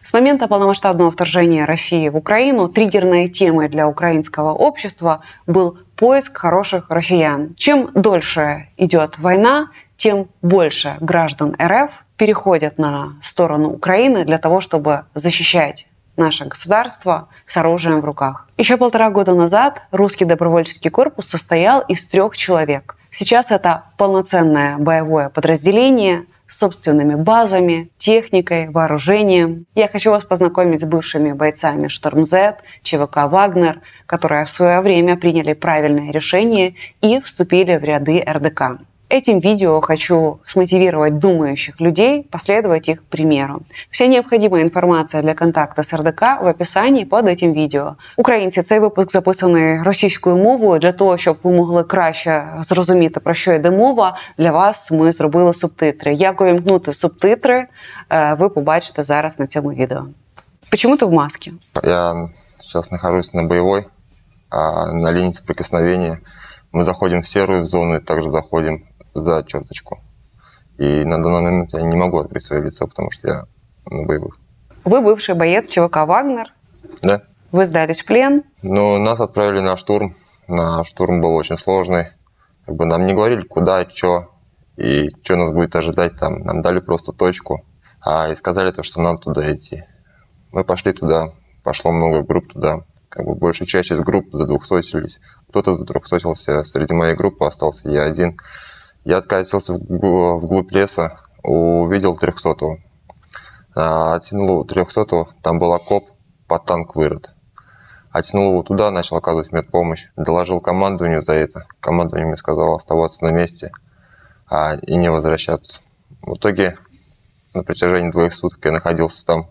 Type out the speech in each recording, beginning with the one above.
С момента полномасштабного вторжения России в Украину триггерной темой для украинского общества был поиск хороших россиян. Чем дольше идет война, тем больше граждан РФ переходят на сторону Украины для того, чтобы защищать наше государство с оружием в руках. Еще 1,5 года назад русский добровольческий корпус состоял из 3 человек. Сейчас это полноценное боевое подразделение с собственными базами, техникой, вооружением. Я хочу вас познакомить с бывшими бойцами Шторм Z, ЧВК «Вагнер», которые в свое время приняли правильное решение и вступили в ряды РДК. Этим видео хочу смотивировать думающих людей последовать их примеру. Вся необхідна інформація для контакту з РДК в описанні під этим відео. Українці, цей випуск записаний російською мовою для того, щоб ви могли краще зрозуміти, про що йде мова. Для вас ми зробили субтитри. Як увімкнути субтитри, ви побачите зараз на цьому відео. Почему ты в маске? Я сейчас нахожусь на боевой, на линии соприкосновения. Мы заходим в серую зону и также заходим за черточку. И на данный момент я не могу открыть свое лицо, потому что я на боевых. Вы бывший боец ЧВК «Вагнер». Да. Вы сдались в плен. Но нас отправили на штурм. На штурм был очень сложный. Нам не говорили, куда, что и что нас будет ожидать там. Нам дали просто точку. И сказали, что надо туда идти. Мы пошли туда. Пошло много групп туда. Большая часть из групп задвухсотились. Кто-то задвухсотился. Среди моей группы остался я один. Я откатился вглубь леса, увидел 300-го. Оттянул его 300-го, там был окоп, под танк вырыт. Оттянул его туда, начал оказывать медпомощь. Доложил командованию за это. Командование мне сказало оставаться на месте и не возвращаться. В итоге на протяжении 2 суток я находился там,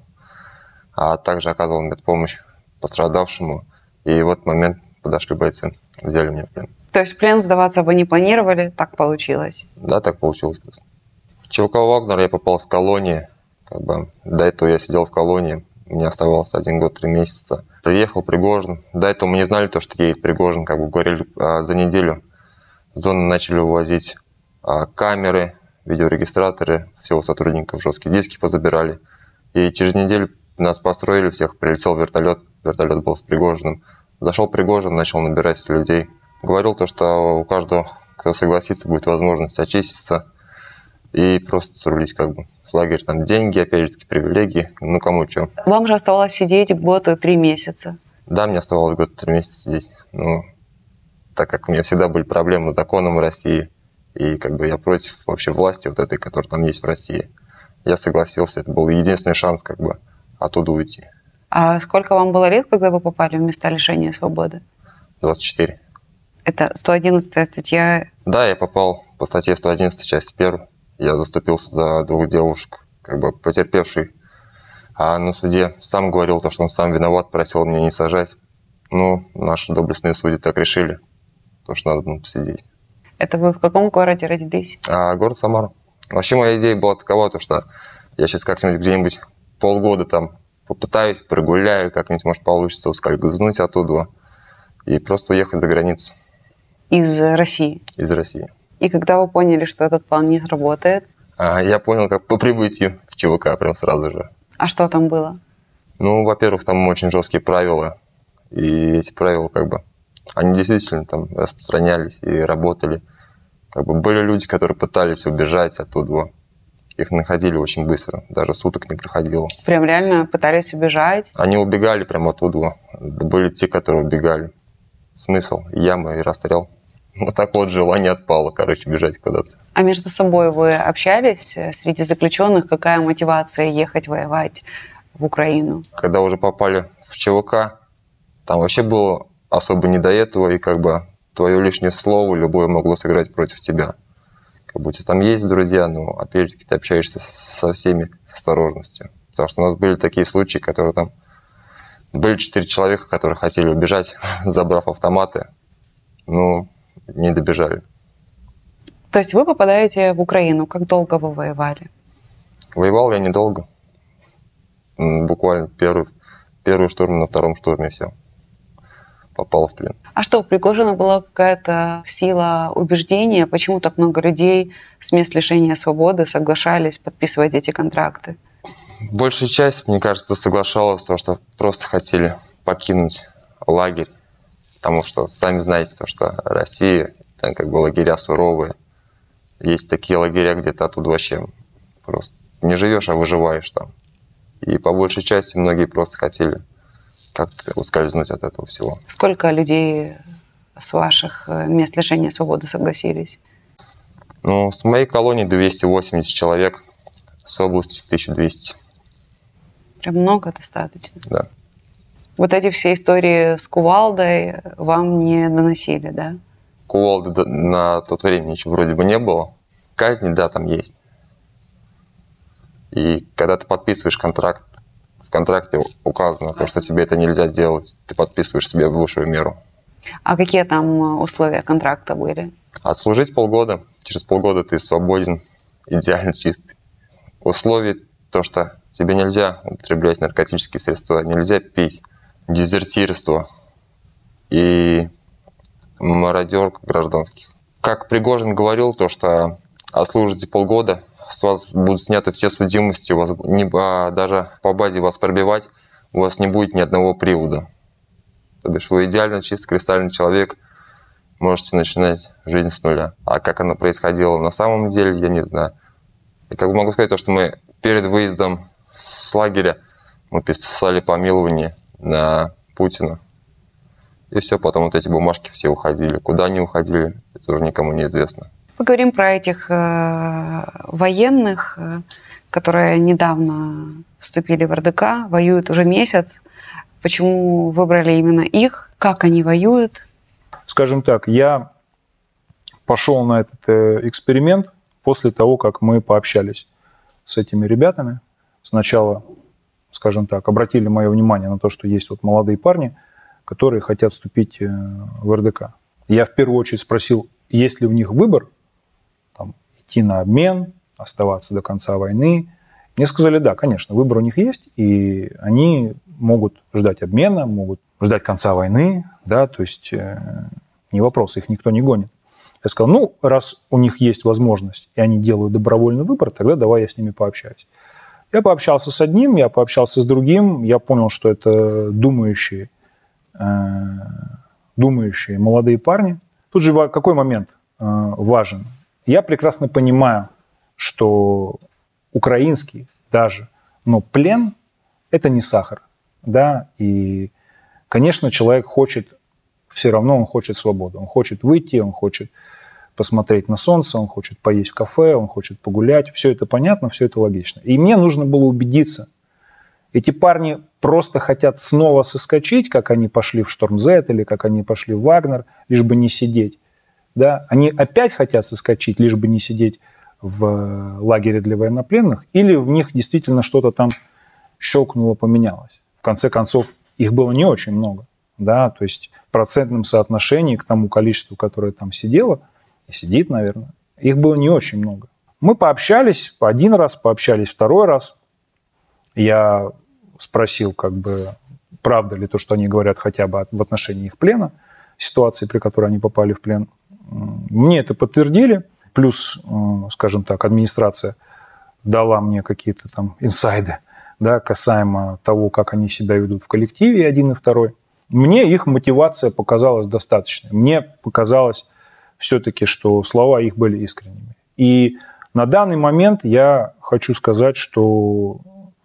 а также оказывал медпомощь пострадавшему. И в этот момент подошли бойцы, взяли меня в плен. То есть в плен сдаваться вы не планировали, так получилось? Да, так получилось. В ЧВК «Вагнер» я попал с колонии. До этого я сидел в колонии, мне оставался 1 год 3 месяца. Приехал Пригожин. До этого мы не знали, что едет Пригожин. Говорили, за неделю в зону начали вывозить камеры, видеорегистраторы, всего сотрудников, жесткие диски позабирали. И через неделю нас построили всех, прилетел вертолет. Вертолет был с Пригожиным. Зашел Пригожин, начал набирать людей. Говорил что у каждого, кто согласится, будет возможность очиститься и просто срулить с лагеря. Там деньги, опять же таки, привилегии, ну кому что. Вам же оставалось сидеть 1 год и 3 месяца. Да, мне оставалось 1 год и 3 месяца сидеть. Но так как у меня всегда были проблемы с законом в России, и я против вообще власти вот этой, которая там есть в России, я согласился. Это был единственный шанс оттуда уйти. А сколько вам было лет, когда вы попали в места лишения свободы? 24. Это 111 статья? Да, я попал по статье 111, часть 1. Я заступился за 2 девушек, потерпевший. А на суде сам говорил, что он сам виноват, просил меня не сажать. Ну, наши доблестные судьи так решили, что надо посидеть. Это вы в каком городе родились? Город Самара. Вообще моя идея была такова, что я сейчас как-нибудь где-нибудь полгода там попытаюсь, прогуляю, как-нибудь, может, получится ускользнуть оттуда и просто уехать за границу. Из России? Из России. И когда вы поняли, что этот план не сработает? Я понял, как по прибытию в ЧВК прям сразу же. А что там было? Ну, во-первых, там очень жесткие правила. И эти правила, они действительно там распространялись и работали. Были люди, которые пытались убежать оттуда. Их находили очень быстро, даже суток не проходило. Прям реально пытались убежать? Они убегали прямо оттуда. Были те, которые убегали. Смысл? Яма и расстрел. Вот так вот желание отпало, бежать куда-то. А между собой вы общались среди заключенных? Какая мотивация ехать воевать в Украину? Когда уже попали в ЧВК, там вообще было особо не до этого, и твое лишнее слово любое могло сыграть против тебя. У тебя там есть друзья, но опять же ты общаешься со всеми с осторожностью. Потому что у нас были такие случаи, которые там... Были 4 человека, которые хотели убежать, забрав автоматы, но не добежали. То есть вы попадаете в Украину. Как долго вы воевали? Воевал я недолго. Буквально первый штурм, на 2-м штурме все. Попал в плен. А что, у Пригожина была какая-то сила убеждения? Почему так много людей с мест лишения свободы соглашались подписывать эти контракты? Большая часть, мне кажется, соглашалась, то, что просто хотели покинуть лагерь. Потому что, сами знаете, то, что Россия, там как бы лагеря суровые. Есть такие лагеря, где ты оттуда вообще просто не живешь, а выживаешь там. И по большей части многие просто хотели как-то ускользнуть от этого всего. Сколько людей с ваших мест лишения свободы согласились? Ну, с моей колонии 280 человек, с области 1200. Прям много достаточно. Да. Вот эти все истории с кувалдой вам не доносили, да? Кувалды на тот время ничего вроде бы не было. Казни, да, там есть. И когда ты подписываешь контракт, в контракте указано то, что тебе это нельзя делать, ты подписываешь себе высшую меру. А какие там условия контракта были? Отслужить полгода, через полгода ты свободен, идеально чистый. Условия то, что тебе нельзя употреблять наркотические средства, нельзя пить, дезертирство и мародерка гражданских. Как Пригожин говорил, то, что отслужите полгода, с вас будут сняты все судимости, у вас даже по базе вас пробивать, у вас не будет ни одного привода. То бишь вы идеально чистый, кристальный человек, можете начинать жизнь с нуля. А как оно происходило на самом деле, я не знаю. И как бы могу сказать, то, что мы перед выездом с лагеря мы писали помилование на Путина. И все, потом вот эти бумажки все уходили. Куда они уходили, это уже никому не известно. Поговорим про этих военных, которые недавно вступили в РДК, воюют уже месяц. Почему выбрали именно их? Как они воюют? Скажем так, я пошел на этот эксперимент после того, как мы пообщались с этими ребятами. Сначала, скажем так, обратили мое внимание на то, что есть вот молодые парни, которые хотят вступить в РДК. Я в первую очередь спросил, есть ли у них выбор, там, идти на обмен, оставаться до конца войны. Мне сказали, да, конечно, выбор у них есть, и они могут ждать обмена, могут ждать конца войны, да, то есть не вопрос, их никто не гонит. Я сказал, ну, раз у них есть возможность, и они делают добровольный выбор, тогда давай я с ними пообщаюсь. Я пообщался с одним, я пообщался с другим, я понял, что это думающие молодые парни. Тут же какой момент важен? Я прекрасно понимаю, что украинский даже, но плен – это не сахар, да, и, конечно, человек хочет, все равно он хочет свободы, он хочет выйти, он хочет посмотреть на солнце, он хочет поесть в кафе, он хочет погулять, все это понятно, все это логично. И мне нужно было убедиться, эти парни просто хотят снова соскочить, как они пошли в Шторм Z или как они пошли в Вагнер, лишь бы не сидеть. Да? Они опять хотят соскочить, лишь бы не сидеть в лагере для военнопленных, или в них действительно что-то там щелкнуло, поменялось. В конце концов, их было не очень много. Да? То есть в процентном соотношении к тому количеству, которое там сидело, и сидит, наверное, их было не очень много. Мы пообщались один раз, пообщались второй раз. Я спросил, как бы, правда ли то, что они говорят хотя бы в отношении их плена, ситуации, при которой они попали в плен. Мне это подтвердили. Плюс, скажем так, администрация дала мне какие-то там инсайды, да, касаемо того, как они себя ведут в коллективе, один и второй. Мне их мотивация показалась достаточной. Мне показалось все-таки, что слова их были искренними. И на данный момент я хочу сказать, что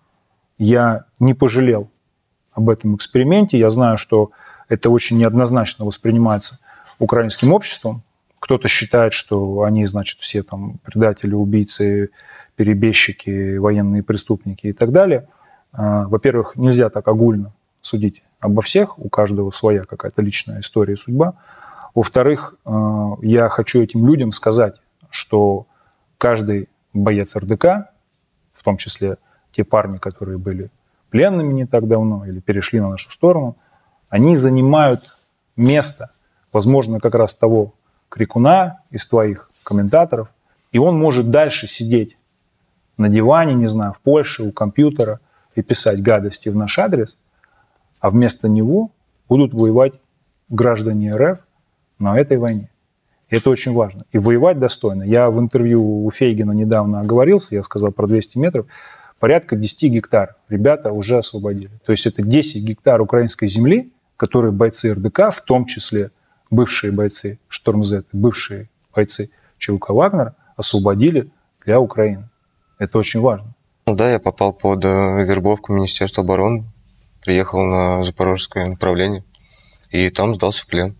я не пожалел об этом эксперименте. Я знаю, что это очень неоднозначно воспринимается украинским обществом. Кто-то считает, что они, значит, все там предатели, убийцы, перебежчики, военные преступники и так далее. Во-первых, нельзя так огульно судить обо всех, у каждого своя какая-то личная история и судьба. Во-вторых, я хочу этим людям сказать, что каждый боец РДК, в том числе те парни, которые были пленными не так давно или перешли на нашу сторону, они занимают место, возможно, как раз того крикуна из твоих комментаторов, и он может дальше сидеть на диване, не знаю, в Польше, у компьютера и писать гадости в наш адрес, а вместо него будут воевать граждане РФ на этой войне. И это очень важно. И воевать достойно. Я в интервью у Фейгина недавно оговорился, я сказал про 200 метров. порядка 10 гектар ребята уже освободили. То есть это 10 гектар украинской земли, которые бойцы РДК, в том числе бывшие бойцы Шторм-З, бывшие бойцы ЧВК «Вагнер», освободили для Украины. Это очень важно. Ну да, я попал под вербовку Министерства обороны, приехал на запорожское направление и там сдался в плен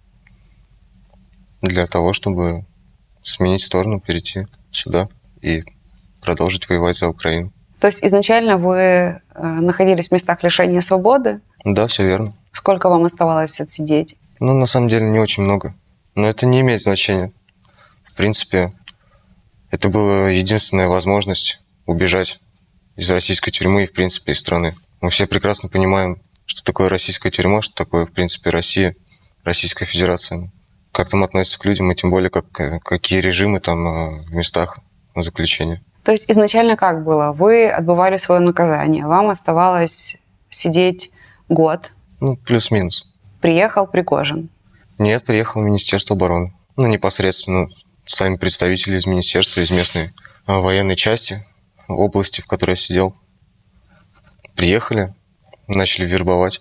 для того, чтобы сменить сторону, перейти сюда и продолжить воевать за Украину. То есть изначально вы находились в местах лишения свободы? Да, все верно. Сколько вам оставалось отсидеть? Ну, на самом деле, не очень много. Но это не имеет значения. В принципе, это была единственная возможность убежать из российской тюрьмы и, в принципе, из страны. Мы все прекрасно понимаем, что такое российская тюрьма, что такое, в принципе, Россия, Российская Федерация. Как там относятся к людям, и тем более, какие режимы там в местах заключения. То есть изначально как было? Вы отбывали свое наказание, вам оставалось сидеть год. Ну, плюс-минус. Приехал Пригожин. Нет, приехал Министерство обороны. Ну, непосредственно сами представители из министерства, из местной военной части, области, в которой я сидел. Приехали, начали вербовать.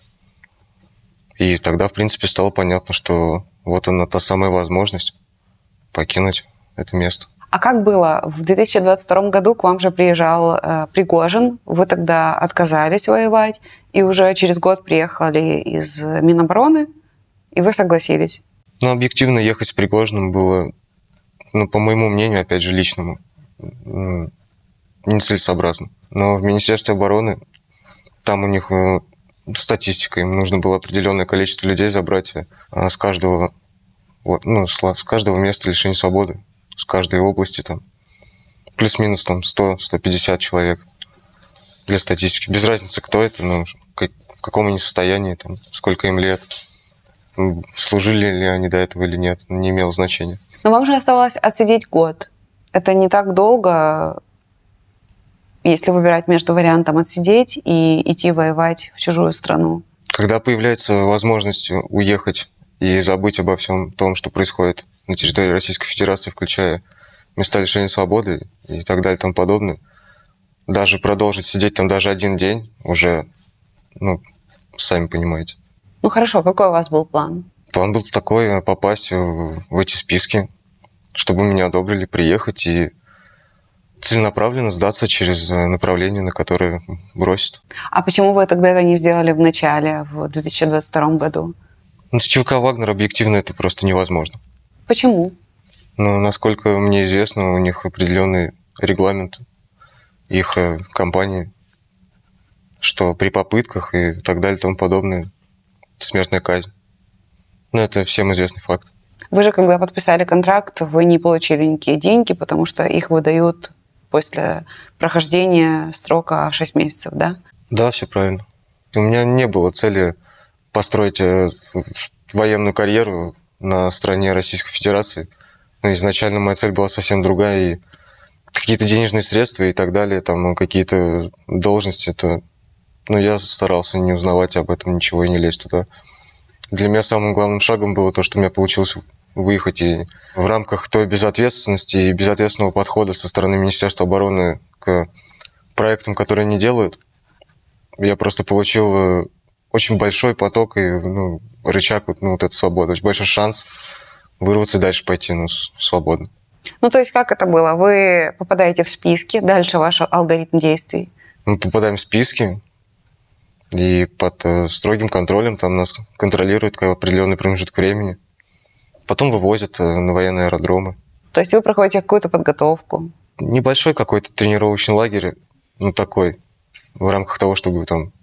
И тогда, в принципе, стало понятно, что вот она, та самая возможность покинуть это место. А как было? В 2022 году к вам же приезжал Пригожин, вы тогда отказались воевать, и уже через год приехали из Минобороны, и вы согласились? Ну, объективно ехать с Пригожиным было, ну, по моему мнению, опять же, личному, нецелесообразно. Но в Министерстве обороны, там у них статистика, им нужно было определенное количество людей забрать с каждого, ну, с каждого места лишения свободы, с каждой области там плюс-минус там 100-150 человек для статистики. Без разницы, кто это, ну, в каком они состоянии, там, сколько им лет, служили ли они до этого или нет, не имело значения. Но вам же оставалось отсидеть год. Это не так долго, если выбирать между вариантом отсидеть и идти воевать в чужую страну. Когда появляется возможность уехать и забыть обо всем том, что происходит на территории Российской Федерации, включая места лишения свободы и так далее и тому подобное, даже продолжить сидеть там даже один день уже, ну, сами понимаете. Ну хорошо, какой у вас был план? План был такой: попасть в эти списки, чтобы меня одобрили, приехать и целенаправленно сдаться через направление, на которое бросят. А почему вы тогда это не сделали в начале, в 2022 году? Ну, с ЧВК «Вагнер» объективно это просто невозможно. Почему? Ну, насколько мне известно, у них определенный регламент их компании, что при попытках и так далее и тому подобное смертная казнь. Ну, это всем известный факт. Вы же, когда подписали контракт, вы не получили никакие деньги, потому что их выдают после прохождения срока 6 месяцев, да? Да, все правильно. У меня не было цели построить военную карьеру на стороне Российской Федерации. Но изначально моя цель была совсем другая, и какие-то денежные средства и так далее, там какие-то должности, то, ну, я старался не узнавать об этом ничего и не лезть туда. Для меня самым главным шагом было то, что у меня получилось выехать, и в рамках той безответственности и безответственного подхода со стороны Министерства обороны к проектам, которые они делают, я просто получил очень большой поток и, ну, рычаг, вот эта свобода, очень большой шанс вырваться и дальше пойти, ну, свободно. Ну, то есть как это было? Вы попадаете в списки, дальше ваш алгоритм действий? Мы попадаем в списки, и под строгим контролем там нас контролируют определенный промежуток времени. Потом вывозят на военные аэродромы. То есть вы проходите какую-то подготовку? Небольшой какой-то тренировочный лагерь, ну, такой, в рамках того, чтобы там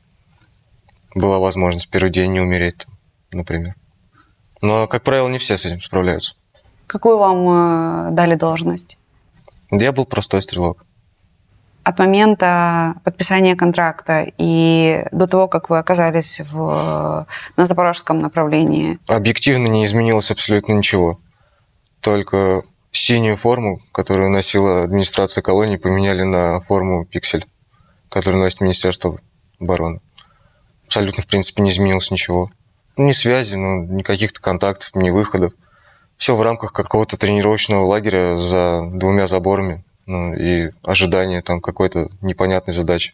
была возможность в первый день не умереть, например. Но, как правило, не все с этим справляются. Какую вам дали должность? Я был простой стрелок. От момента подписания контракта и до того, как вы оказались на запорожском направлении? Объективно не изменилось абсолютно ничего. Только синюю форму, которую носила администрация колонии, поменяли на форму «Пиксель», которую носит Министерство обороны. Абсолютно, в принципе, не изменилось ничего. Ни связи, ни каких-то контактов, ни выходов. Все в рамках какого-то тренировочного лагеря за 2 заборами ну, и ожидание там какой-то непонятной задачи.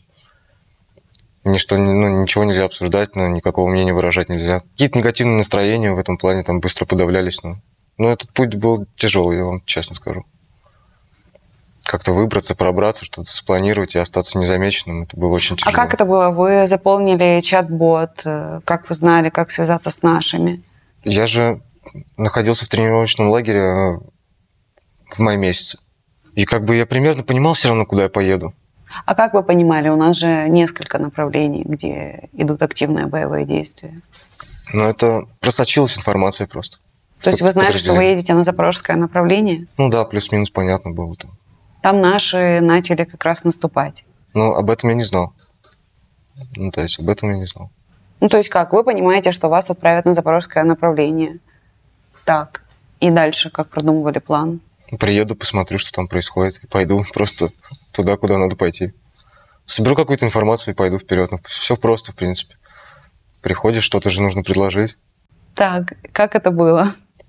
Ничего нельзя обсуждать, но никакого мнения выражать нельзя. Какие-то негативные настроения в этом плане там быстро подавлялись. Но этот путь был тяжелый, я вам честно скажу. Как-то выбраться, пробраться, что-то спланировать и остаться незамеченным, это было очень тяжело. А как это было? Вы заполнили чат-бот? Как вы знали, как связаться с нашими? Я же находился в тренировочном лагере в мае месяце. И как бы я примерно понимал все равно, куда я поеду. А как вы понимали, у нас же несколько направлений, где идут активные боевые действия. Но это просочилась информация просто. То есть вы знали, что вы едете на запорожское направление? Ну да, плюс-минус понятно было там. Там наши начали как раз наступать. Ну, об этом я не знал. Ну, то есть об этом я не знал. Ну, то есть как? Вы понимаете, что вас отправят на запорожское направление. Так. И дальше как продумывали план? Приеду, посмотрю, что там происходит, и пойду просто туда, куда надо пойти. Соберу какую-то информацию и пойду вперед. Ну, все просто, в принципе. Приходишь, что-то же нужно предложить. Так, как это было?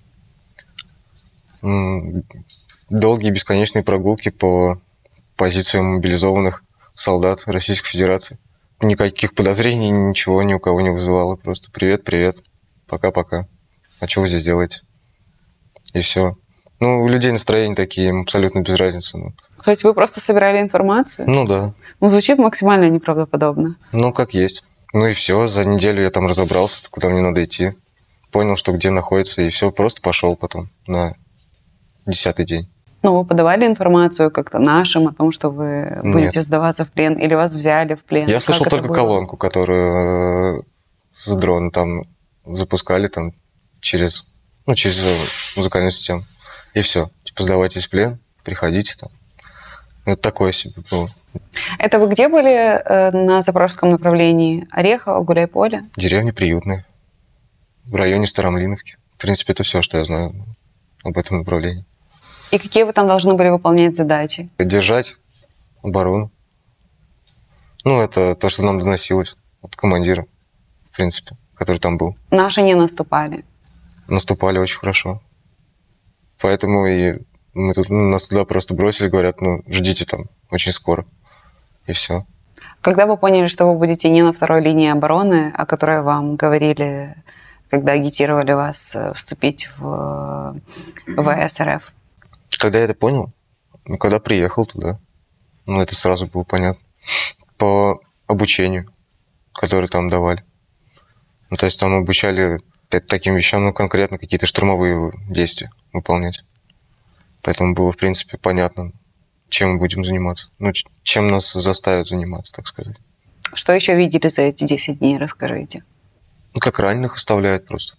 Долгие бесконечные прогулки по позициям мобилизованных солдат Российской Федерации. Никаких подозрений, ничего ни у кого не вызывало. Просто привет, привет, пока-пока. А что вы здесь делаете? И все. Ну, у людей настроения такие, им абсолютно без разницы. То есть вы просто собирали информацию? Ну да. Ну, звучит максимально неправдоподобно. Ну, как есть. Ну и все, за неделю я там разобрался, куда мне надо идти. Понял, что где находится, и все, просто пошел потом на 10-й день. Ну, вы подавали информацию как-то нашим о том, что вы будете сдаваться в плен, или вас взяли в плен? Я слышал только колонку, которую с дрона там запускали там через музыкальную систему. И все. Типа, сдавайтесь в плен, приходите там. Вот такое себе было. Это вы где были на запорожском направлении? Орехово, Гуляйполе? Деревня Приютная. В районе Старомлиновки. В принципе, это все, что я знаю об этом направлении. И какие вы там должны были выполнять задачи? Держать оборону. Ну, это то, что нам доносилось от командира, в принципе, который там был. Наши не наступали? Наступали очень хорошо. Поэтому и нас туда просто бросили, говорят, ждите там очень скоро. И все. Когда вы поняли, что вы будете не на второй линии обороны, о которой вам говорили, когда агитировали вас вступить в ВС РФ? Когда я это понял? Когда приехал туда. Это сразу было понятно. По обучению, которое там давали. То есть там обучали таким вещам, конкретно какие-то штурмовые действия выполнять. Поэтому было, в принципе, понятно, чем мы будем заниматься. Чем нас заставят заниматься, так сказать. Что еще видели за эти 10 дней, расскажите. Как раненых оставляют просто.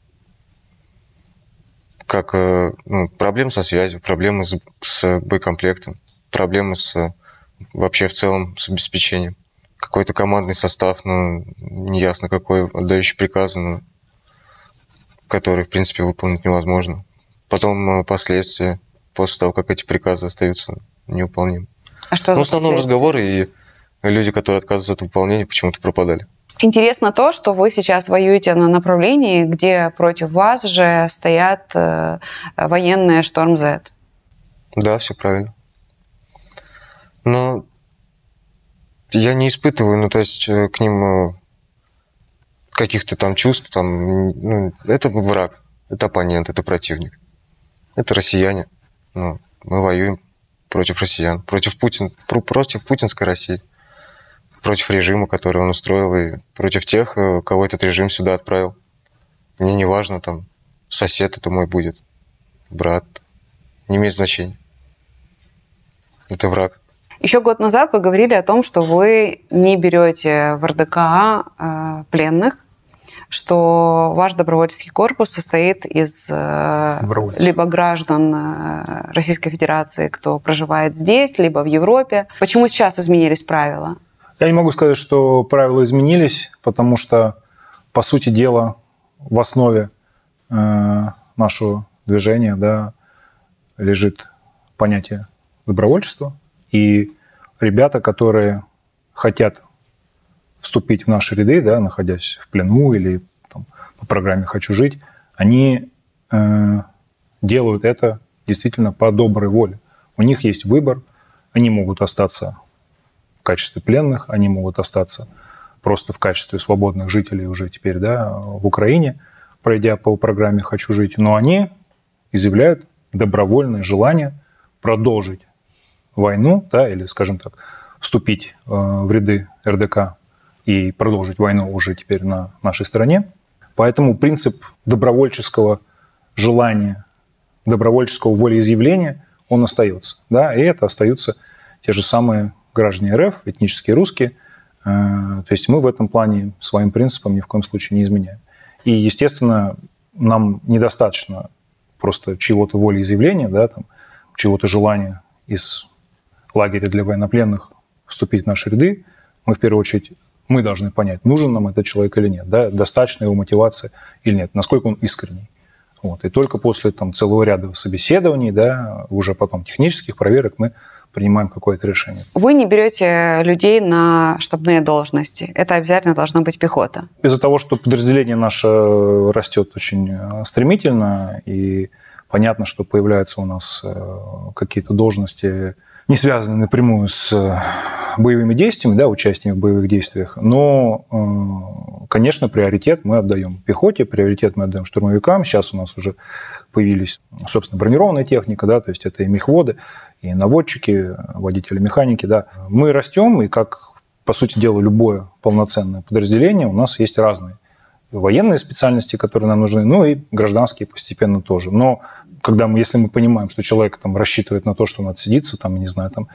Как проблемы со связью, проблемы с боекомплектом, проблемы вообще в целом с обеспечением. Какой-то командный состав, неясно какой, отдающий приказы, который, в принципе, выполнить невозможно. Потом последствия, после того, как эти приказы остаются невыполнимы. А что за в основном разговоры, и люди, которые отказываются от выполнения, почему-то пропадали. Интересно то, что вы сейчас воюете на направлении, где против вас же стоят военные Шторм-Z. Да, все правильно. Но я не испытываю, к ним каких-то там чувств. Это враг, это оппонент, это противник. Это россияне. Мы воюем против россиян, против путинской России. Против режима, который он устроил, и против тех, кого этот режим сюда отправил. Мне не важно, сосед это мой будет, брат. Не имеет значения. Это враг. Еще год назад вы говорили о том, что вы не берете в РДК пленных, что ваш добровольческий корпус состоит из либо граждан Российской Федерации, кто проживает здесь, либо в Европе. Почему сейчас изменились правила? Я не могу сказать, что правила изменились, потому что, по сути дела, в основе нашего движения лежит понятие добровольчества. И ребята, которые хотят вступить в наши ряды, находясь в плену или по программе «Хочу жить», они делают это действительно по доброй воле. У них есть выбор. Они могут остаться в качестве пленных, они могут остаться просто в качестве свободных жителей уже теперь, да, в Украине, пройдя по программе «Хочу жить». Но они изъявляют добровольное желание продолжить войну, да, или, скажем так, вступить в ряды РДК и продолжить войну уже теперь на нашей стороне. Поэтому принцип добровольческого желания, добровольческого волеизъявления, он остается. Да, и это остаются те же самые граждане РФ, этнические русские. То есть мы в этом плане своим принципам ни в коем случае не изменяем. И, естественно, нам недостаточно просто чьего-то волеизъявления, да, там, чьего-то желания из лагеря для военнопленных вступить в наши ряды. Мы, в первую очередь, мы должны понять, нужен нам этот человек или нет, да, достаточно его мотивации или нет, насколько он искренний. Вот. И только после там, целого ряда собеседований, да, уже потом технических проверок мы принимаем какое-то решение. Вы не берете людей на штабные должности. Это обязательно должна быть пехота. Из-за того, что подразделение наше растет очень стремительно, и понятно, что появляются у нас какие-то должности, не связанные напрямую с боевыми действиями, да, участием в боевых действиях, но, конечно, приоритет мы отдаем пехоте, приоритет мы отдаем штурмовикам. Сейчас у нас уже появились, собственно, бронированная техника, да, то есть это и мехводы, и наводчики, водители-механики, да. Мы растем, и как, по сути дела, любое полноценное подразделение, у нас есть разные военные специальности, которые нам нужны, ну и гражданские постепенно тоже. Но когда если мы понимаем, что человек там рассчитывает на то, что он отсидится, там, не знаю, там,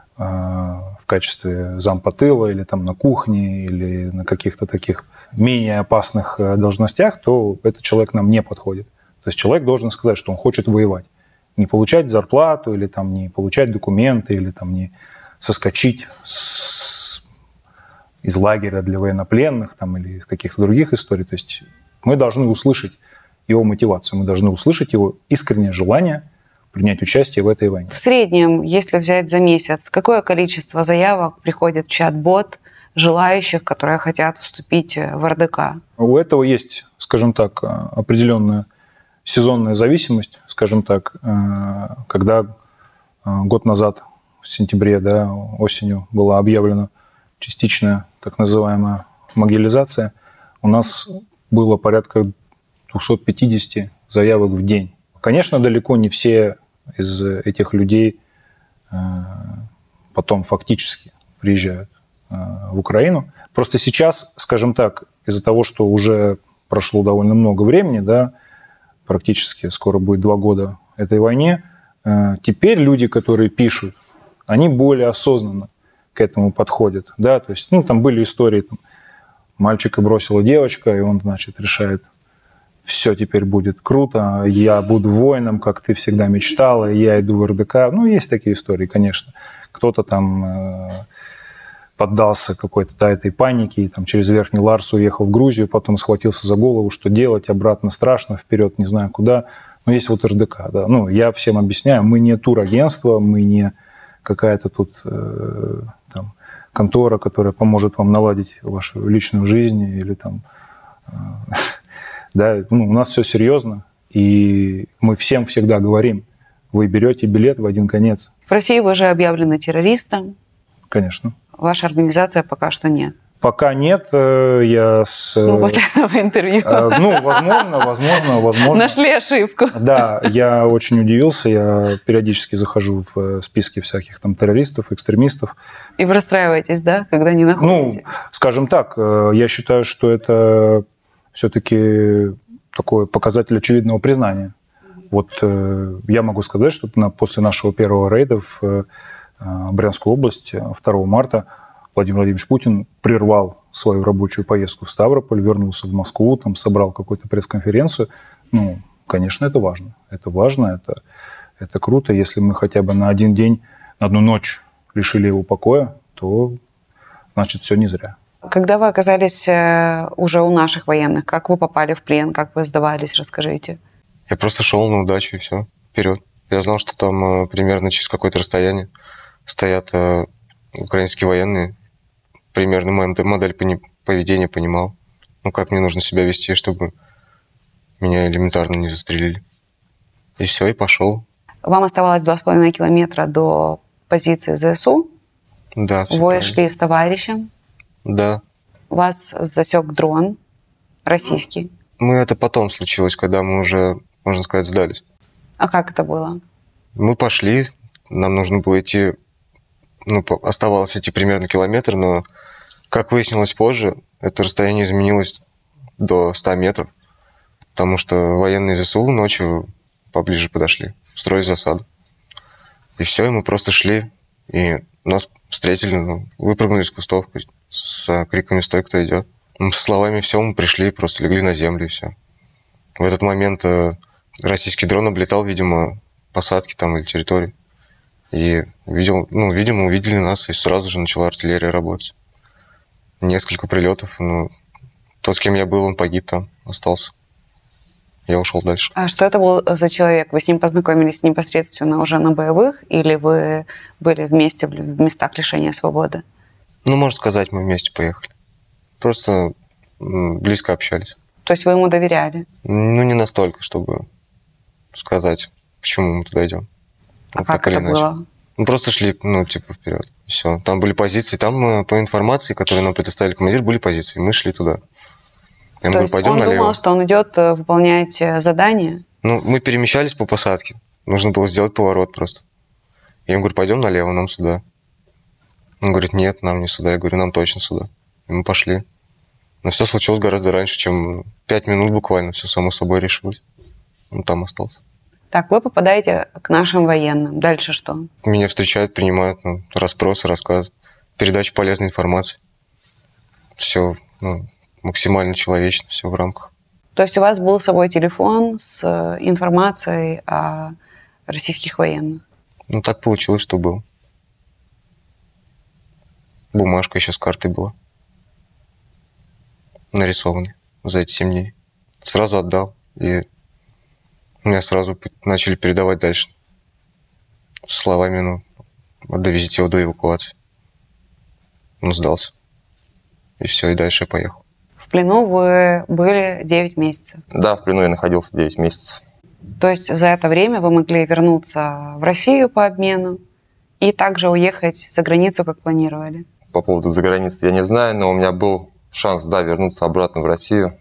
в качестве зампотыла или там на кухне, или на каких-то таких менее опасных должностях, то этот человек нам не подходит. То есть человек должен сказать, что он хочет воевать. Не получать зарплату, или там, не получать документы, или там, не соскочить из лагеря для военнопленных там, или из каких-то других историй. То есть мы должны услышать его мотивацию, мы должны услышать его искреннее желание принять участие в этой войне. В среднем, если взять за месяц, какое количество заявок приходит в чат-бот желающих, которые хотят вступить в РДК? У этого есть, скажем так, определенная сезонная зависимость, скажем так, когда год назад, в сентябре, да, осенью была объявлена частичная так называемая мобилизация, у нас было порядка 250 заявок в день. Конечно, далеко не все из этих людей потом фактически приезжают в Украину. Просто сейчас, скажем так, из-за того, что уже прошло довольно много времени, да, практически скоро будет 2 года этой войне, теперь люди, которые пишут, они более осознанно к этому подходят. Да? То есть, там были истории, там, мальчика бросила девочка, и он, значит, решает, все теперь будет круто, я буду воином, как ты всегда мечтала, я иду в РДК. Есть такие истории, конечно. Кто-то там поддался какой-то этой панике, и там через Верхний Ларс уехал в Грузию, потом схватился за голову, что делать, обратно страшно, вперед не знаю куда. Но есть вот РДК. Да. Я всем объясняю, мы не турагентство, мы не какая-то тут там, контора, которая поможет вам наладить вашу личную жизнь или там... Да, у нас все серьезно, и мы всем всегда говорим, вы берете билет в один конец. В России вы же объявлены террористом. Конечно. Ваша организация пока что нет. Пока нет, я с... после этого интервью. Возможно. Нашли ошибку. Да, я очень удивился, я периодически захожу в списки всяких там террористов, экстремистов. И вы расстраиваетесь, да, когда не находите? Скажем так, я считаю, что это все-таки такой показатель очевидного признания. Вот я могу сказать, что после нашего первого рейда в Брянскую область 2 марта Владимир Владимирович Путин прервал свою рабочую поездку в Ставрополь, вернулся в Москву, там собрал какую-то пресс-конференцию. Конечно, это важно. Это важно, это круто. Если мы хотя бы на один день, на одну ночь лишили его покоя, то значит все не зря. Когда вы оказались уже у наших военных, как вы попали в плен, как вы сдавались, расскажите. Я просто шел на удачу и все, вперед. Я знал, что там примерно через какое-то расстояние стоят украинские военные. Примерно мою модель поведения понимал. Как мне нужно себя вести, чтобы меня элементарно не застрелили. И все, и пошел. Вам оставалось 2,5 километра до позиции ЗСУ. Да. Вы шли с товарищем. Да. Вас засек дрон российский. Это потом случилось, когда мы уже, можно сказать, сдались. А как это было? Мы пошли, нам нужно было идти, оставалось идти примерно километр, но, как выяснилось позже, это расстояние изменилось до 100 метров, потому что военные ЗСУ ночью поближе подошли, строили засаду. И все, и мы просто шли, и нас встретили, выпрыгнули из кустов с криками «Стой, кто идет!». Со словами «Все», мы пришли, просто легли на землю, и все. В этот момент российский дрон облетал, видимо, посадки там или территории. И видимо, увидели нас, и сразу же начала артиллерия работать. Несколько прилетов. Тот, с кем я был, он погиб там, остался. Я ушел дальше. А что это был за человек? Вы с ним познакомились непосредственно уже на боевых, или вы были вместе в местах лишения свободы? Можно сказать, мы вместе поехали. Просто близко общались. То есть вы ему доверяли? Не настолько, чтобы сказать, почему мы туда идем. А как это было? Мы просто шли, вперед. Все. Там были позиции. Там, по информации, которую нам предоставили командир, были позиции. Мы шли туда. То есть он думал, что он идет выполнять задание? Мы перемещались по посадке. Нужно было сделать поворот просто. Я ему говорю, пойдем налево, нам сюда. Он говорит, нет, нам не сюда. Я говорю, нам точно сюда. И мы пошли. Но все случилось гораздо раньше, чем 5 минут буквально. Все само собой решилось. Он там остался. Так, вы попадаете к нашим военным. Дальше что? Меня встречают, принимают расспросы, рассказы, передача полезной информации. Все максимально человечно, все в рамках. То есть у вас был с собой телефон с информацией о российских военных? Так получилось, что был. Бумажка еще с картой была. Нарисованной за эти 7 дней. Сразу отдал. И меня сразу начали передавать дальше. С словами, довезите его до эвакуации. Он сдался. И все, и дальше я поехал. В плену вы были 9 месяцев? Да, в плену я находился 9 месяцев. То есть за это время вы могли вернуться в Россию по обмену и также уехать за границу, как планировали? По поводу за границей я не знаю, но у меня был шанс, вернуться обратно в Россию.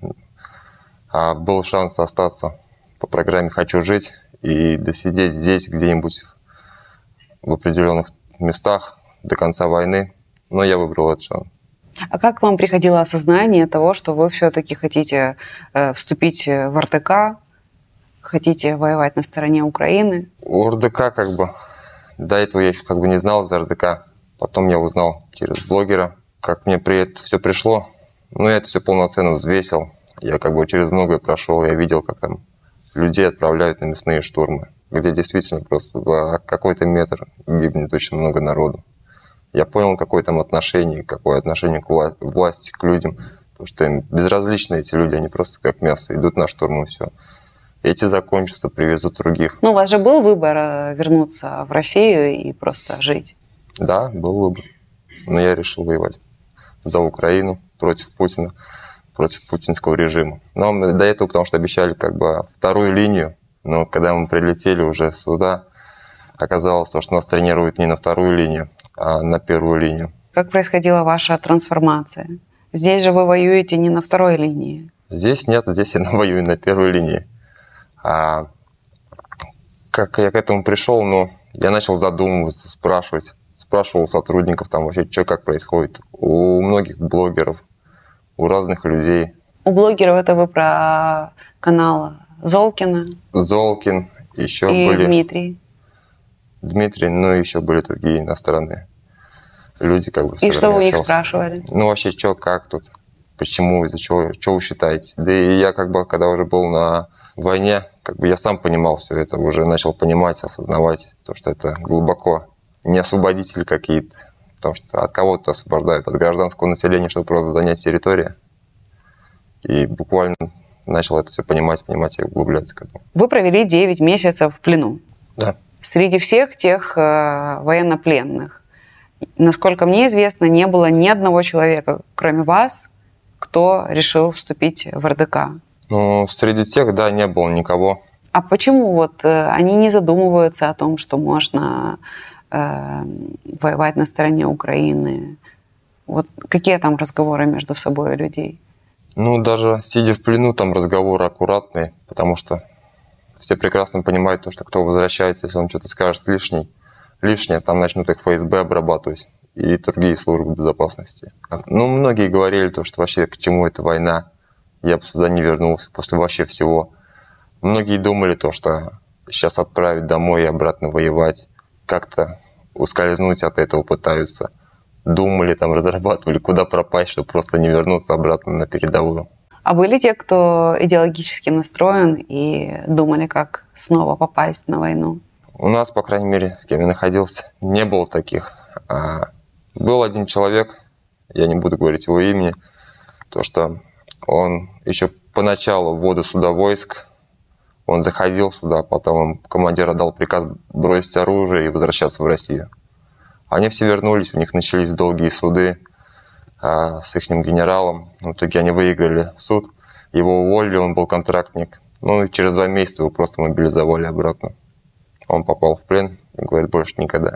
А был шанс остаться по программе «Хочу жить» и досидеть здесь где-нибудь в определенных местах до конца войны. Но я выбрал этот шанс. А как к вам приходило осознание того, что вы все-таки хотите вступить в РДК, хотите воевать на стороне Украины? У РДК до этого я еще не знал за РДК. Потом я узнал через блогера, как мне при это все пришло. Я это все полноценно взвесил. Я через многое прошел. Я видел, как там людей отправляют на мясные штурмы, где действительно просто за какой-то метр гибнет очень много народу. Я понял, какое отношение к власти, к людям. Потому что им безразличны эти люди, они просто как мясо, идут на штурм и все. Эти закончатся, привезут других. У вас же был выбор вернуться в Россию и просто жить? Да, был выбор. Но я решил воевать за Украину, против Путина, против путинского режима. Но до этого, потому что обещали вторую линию, но когда мы прилетели уже сюда, оказалось, что нас тренируют не на вторую линию, а на первую линию. Как происходила ваша трансформация? Здесь же вы воюете не на второй линии. Здесь нет, здесь я воюю на первой линии. А как я к этому пришел, я начал задумываться, спрашивал сотрудников там вообще, что как происходит. У многих блогеров, у разных людей. У блогеров это вы про канал Золкина? Золкин, еще и были... Дмитрий, еще были другие иностранные люди, И что вы у них спрашивали? Вообще, что, как тут, почему, из-за чего, что вы считаете? Да и я когда уже был на войне, я сам понимал все это, уже начал понимать, осознавать, то, что это глубоко не освободители какие-то, потому что от кого-то освобождают, от гражданского населения, чтобы просто занять территорию. И буквально начал это все понимать и углубляться к этому. Вы провели 9 месяцев в плену. Да. Среди всех тех военнопленных, насколько мне известно, не было ни одного человека, кроме вас, кто решил вступить в РДК. Среди тех, не было никого. А почему вот они не задумываются о том, что можно воевать на стороне Украины? Вот какие там разговоры между собой у людей? Ну, даже сидя в плену, там разговоры аккуратные, потому что все прекрасно понимают то, что кто возвращается, если он что-то скажет лишнее, там начнут их ФСБ обрабатывать и другие службы безопасности. Ну, многие говорили то, что вообще к чему эта война, я бы сюда не вернулся после вообще всего. Многие думали то, что сейчас отправить домой и обратно воевать, как-то ускользнуть от этого пытаются. Думали, там, разрабатывали, куда пропасть, чтобы просто не вернуться обратно на передовую. А были те, кто идеологически настроен и думали, как снова попасть на войну? У нас, по крайней мере, с кем я находился, не было таких. Был один человек, я не буду говорить его имени, то, что он еще поначалу ввода сюда войск, он заходил сюда, потом командир отдал приказ бросить оружие и возвращаться в Россию. Они все вернулись, у них начались долгие суды с их генералом. В итоге они выиграли суд, его уволили, он был контрактник. Ну и через 2 месяца его просто мобилизовали обратно. Он попал в плен и говорит, больше никогда.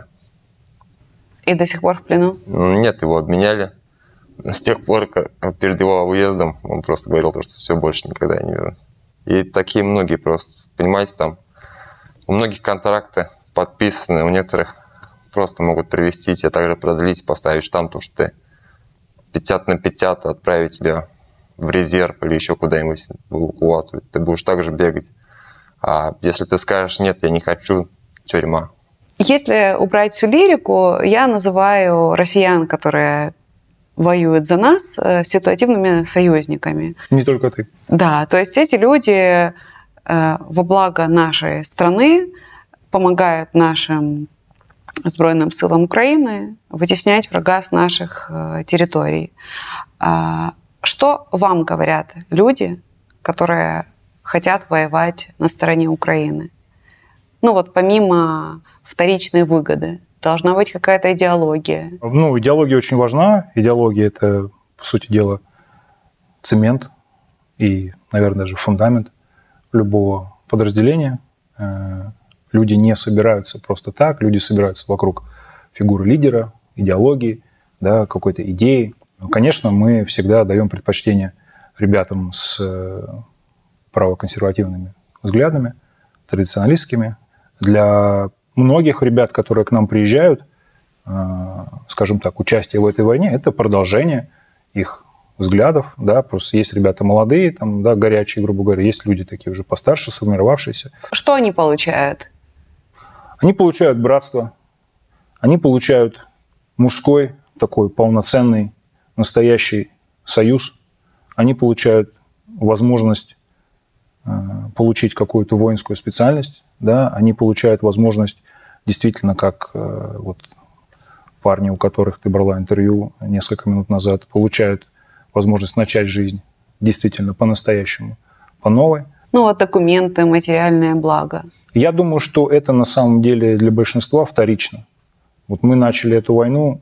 И до сих пор в плену? Нет, его обменяли. С тех пор, как перед его уездом, он просто говорил, что все, больше никогда я не вернусь. И такие многие просто, понимаете, там у многих контракты подписаны, у некоторых просто могут привести тебя, также продлить, поставить штамп, то, что ты 50 на 50 отправить тебя в резерв или еще куда-нибудь в эвакуацию. Ты будешь также бегать. А если ты скажешь, нет, я не хочу, тюрьма. Если убрать всю лирику, я называю россиян, которые воюют за нас, ситуативными союзниками. Не только ты. Да, то есть эти люди во благо нашей страны помогают нашим Збройным силам Украины вытеснять врага с наших территорий. Что вам говорят люди, которые хотят воевать на стороне Украины? Ну вот помимо вторичной выгоды, должна быть какая-то идеология. Ну, идеология очень важна. Идеология – это, по сути дела, цемент и, наверное, даже фундамент любого подразделения. Люди не собираются просто так, люди собираются вокруг фигуры лидера, идеологии, да, какой-то идеи. Конечно, мы всегда даем предпочтение ребятам с правоконсервативными взглядами, традиционалистскими. Для многих ребят, которые к нам приезжают, скажем так, участие в этой войне – это продолжение их взглядов. Да, просто есть ребята молодые, там, да, горячие, грубо говоря, есть люди такие уже постарше, сформировавшиеся. Что они получают? Они получают братство, они получают мужской, такой полноценный, настоящий союз. Они получают возможность получить какую-то воинскую специальность, да, они получают возможность действительно, как вот парни, у которых ты брала интервью несколько минут назад, получают возможность начать жизнь действительно по-настоящему, по новой. Ну вот документы, материальное благо. Я думаю, что это на самом деле для большинства вторично. Вот мы начали эту войну,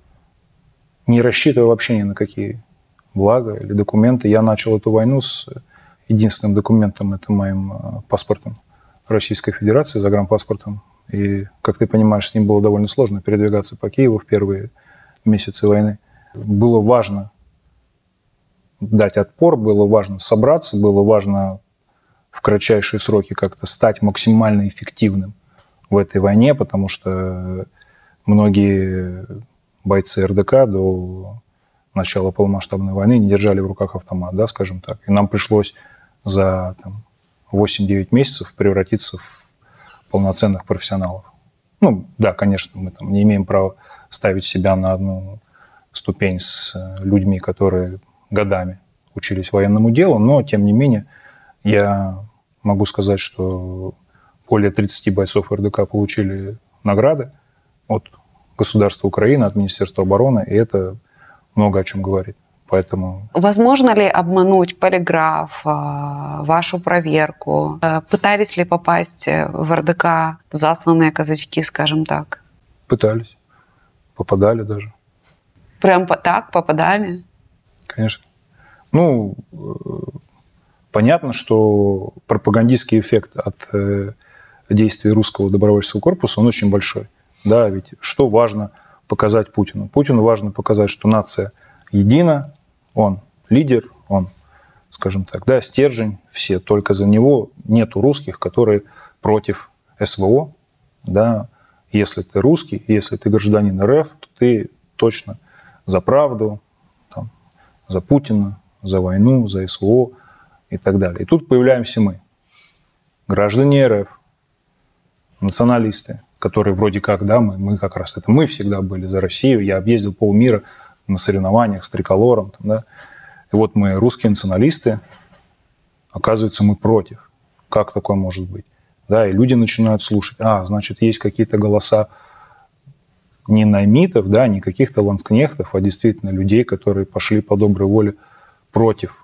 не рассчитывая вообще ни на какие блага или документы. Я начал эту войну с единственным документом, это моим паспортом Российской Федерации, загранпаспортом. И, как ты понимаешь, с ним было довольно сложно передвигаться по Киеву в первые месяцы войны. Было важно дать отпор, было важно собраться, было важно в кратчайшие сроки как-то стать максимально эффективным в этой войне, потому что многие бойцы РДК до начала полномасштабной войны не держали в руках автомат, да, скажем так. И нам пришлось за 8-9 месяцев превратиться в полноценных профессионалов. Ну, да, конечно, мы там не имеем права ставить себя на одну ступень с людьми, которые годами учились военному делу, но, тем не менее, я могу сказать, что более 30 бойцов РДК получили награды от государства Украины, от Министерства обороны, и это много о чем говорит. Поэтому... Возможно ли обмануть полиграф, вашу проверку? Пытались ли попасть в РДК засланные казачки, скажем так? Пытались. Попадали даже. Прям так попадали? Конечно. Ну, Понятно, что пропагандистский эффект от действий русского добровольческого корпуса, он очень большой. Да, ведь что важно показать Путину? Путину важно показать, что нация едина, он лидер, он, скажем так, да, стержень, все только за него. Нету русских, которые против СВО. Да. Если ты русский, если ты гражданин РФ, то ты точно за правду, там, за Путина, за войну, за СВО и так далее. И тут появляемся мы, граждане РФ, националисты, которые вроде как, да, мы как раз это мы всегда были за Россию. Я объездил полмира на соревнованиях с триколором. Там, да. И вот мы, русские националисты, оказывается, мы против. Как такое может быть? Да, и люди начинают слушать. Значит, есть какие-то голоса не наймитов, да, не каких-то ланскнехтов, а действительно людей, которые пошли по доброй воле против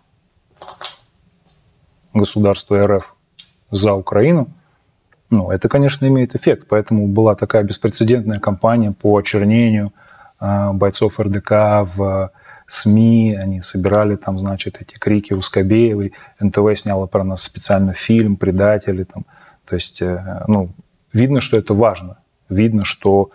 государства РФ за Украину. Ну, это, конечно, имеет эффект. Поэтому была такая беспрецедентная кампания по очернению бойцов РДК в СМИ. Они собирали там, значит, эти крики Ускобеевой. НТВ сняло про нас специально фильм «Предатели». Там. То есть, ну, видно, что это важно. Видно, что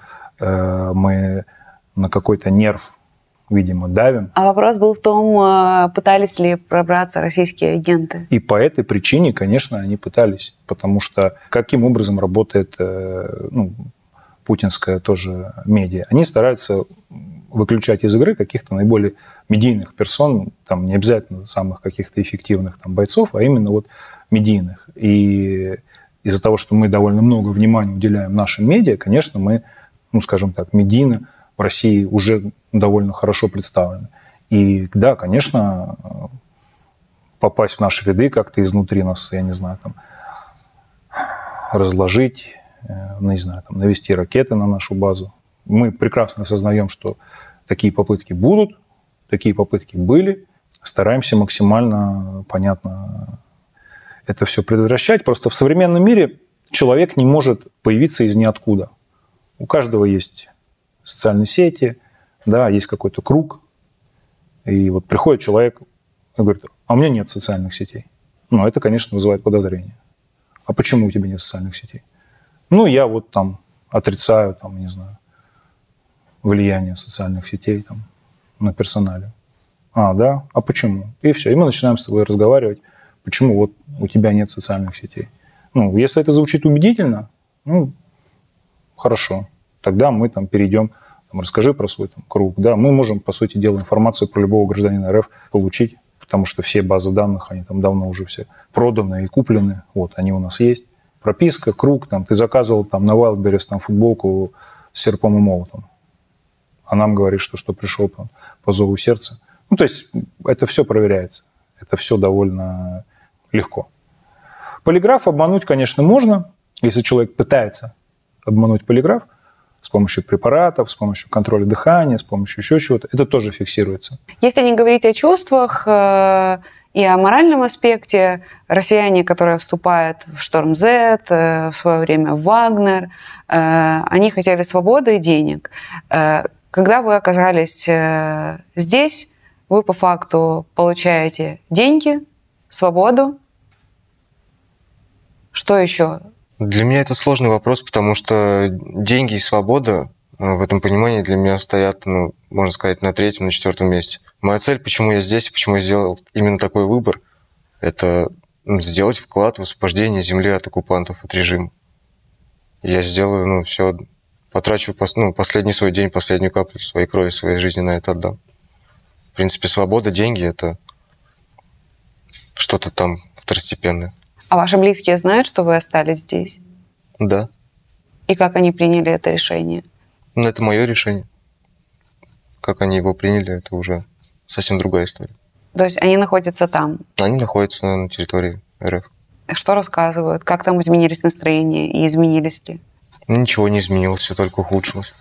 мы на какой-то нерв, видимо, давим. А вопрос был в том, пытались ли пробраться российские агенты? И по этой причине, конечно, они пытались. Потому что каким образом работает путинская тоже медиа? Они стараются выключать из игры каких-то наиболее медийных персон, там не обязательно самых каких-то эффективных там бойцов, а именно вот медийных. И из-за того, что мы довольно много внимания уделяем нашим медиа, конечно, мы, ну, скажем так, медийно в России уже довольно хорошо представлены. И да, конечно, попасть в наши ряды как-то изнутри нас, я не знаю, там, разложить, не знаю, там, навести ракеты на нашу базу. Мы прекрасно осознаем, что такие попытки будут, такие попытки были. Стараемся максимально, понятно, это все предотвращать. Просто в современном мире человек не может появиться из ниоткуда. У каждого есть социальные сети, да, есть какой-то круг. И вот приходит человек и говорит: а у меня нет социальных сетей. Ну, это, конечно, вызывает подозрение. А почему у тебя нет социальных сетей? Ну, я вот там отрицаю, там, не знаю, влияние социальных сетей там, на персонале. Да? А почему? И все. И мы начинаем с тобой разговаривать, почему вот у тебя нет социальных сетей. Ну, если это звучит убедительно, ну, хорошо. Тогда мы там перейдем, там, расскажи про свой там, круг. Да, мы можем, по сути дела, информацию про любого гражданина РФ получить, потому что все базы данных, они там давно уже все проданы и куплены. Вот, они у нас есть. Прописка, круг, там, ты заказывал там на Wildberries там футболку с серпом и молотом. А нам говорит, что пришел там, по зову сердца. Ну, то есть это все проверяется. Это все довольно легко. Полиграф обмануть, конечно, можно. Если человек пытается обмануть полиграф с помощью препаратов, с помощью контроля дыхания, с помощью еще чего-то, это тоже фиксируется. Если не говорить о чувствах и о моральном аспекте, россияне, которые вступают в Шторм Z, в свое время в Вагнер, они хотели свободы и денег. Когда вы оказались здесь, вы по факту получаете деньги, свободу. Что еще? Для меня это сложный вопрос, потому что деньги и свобода в этом понимании для меня стоят, ну, можно сказать, на третьем, на четвертом месте. Моя цель, почему я здесь, почему я сделал именно такой выбор, это сделать вклад в освобождение земли от оккупантов, от режима. Я сделаю, все, потрачу последний свой день, последнюю каплю своей крови, своей жизни на это отдам. В принципе, свобода, деньги – это что-то там второстепенное. А ваши близкие знают, что вы остались здесь? Да. И как они приняли это решение? Это мое решение. Как они его приняли, это уже совсем другая история. То есть они находятся там? Они находятся на территории РФ. Что рассказывают? Как там изменились настроения и изменились ли? Ничего не изменилось, все только ухудшилось.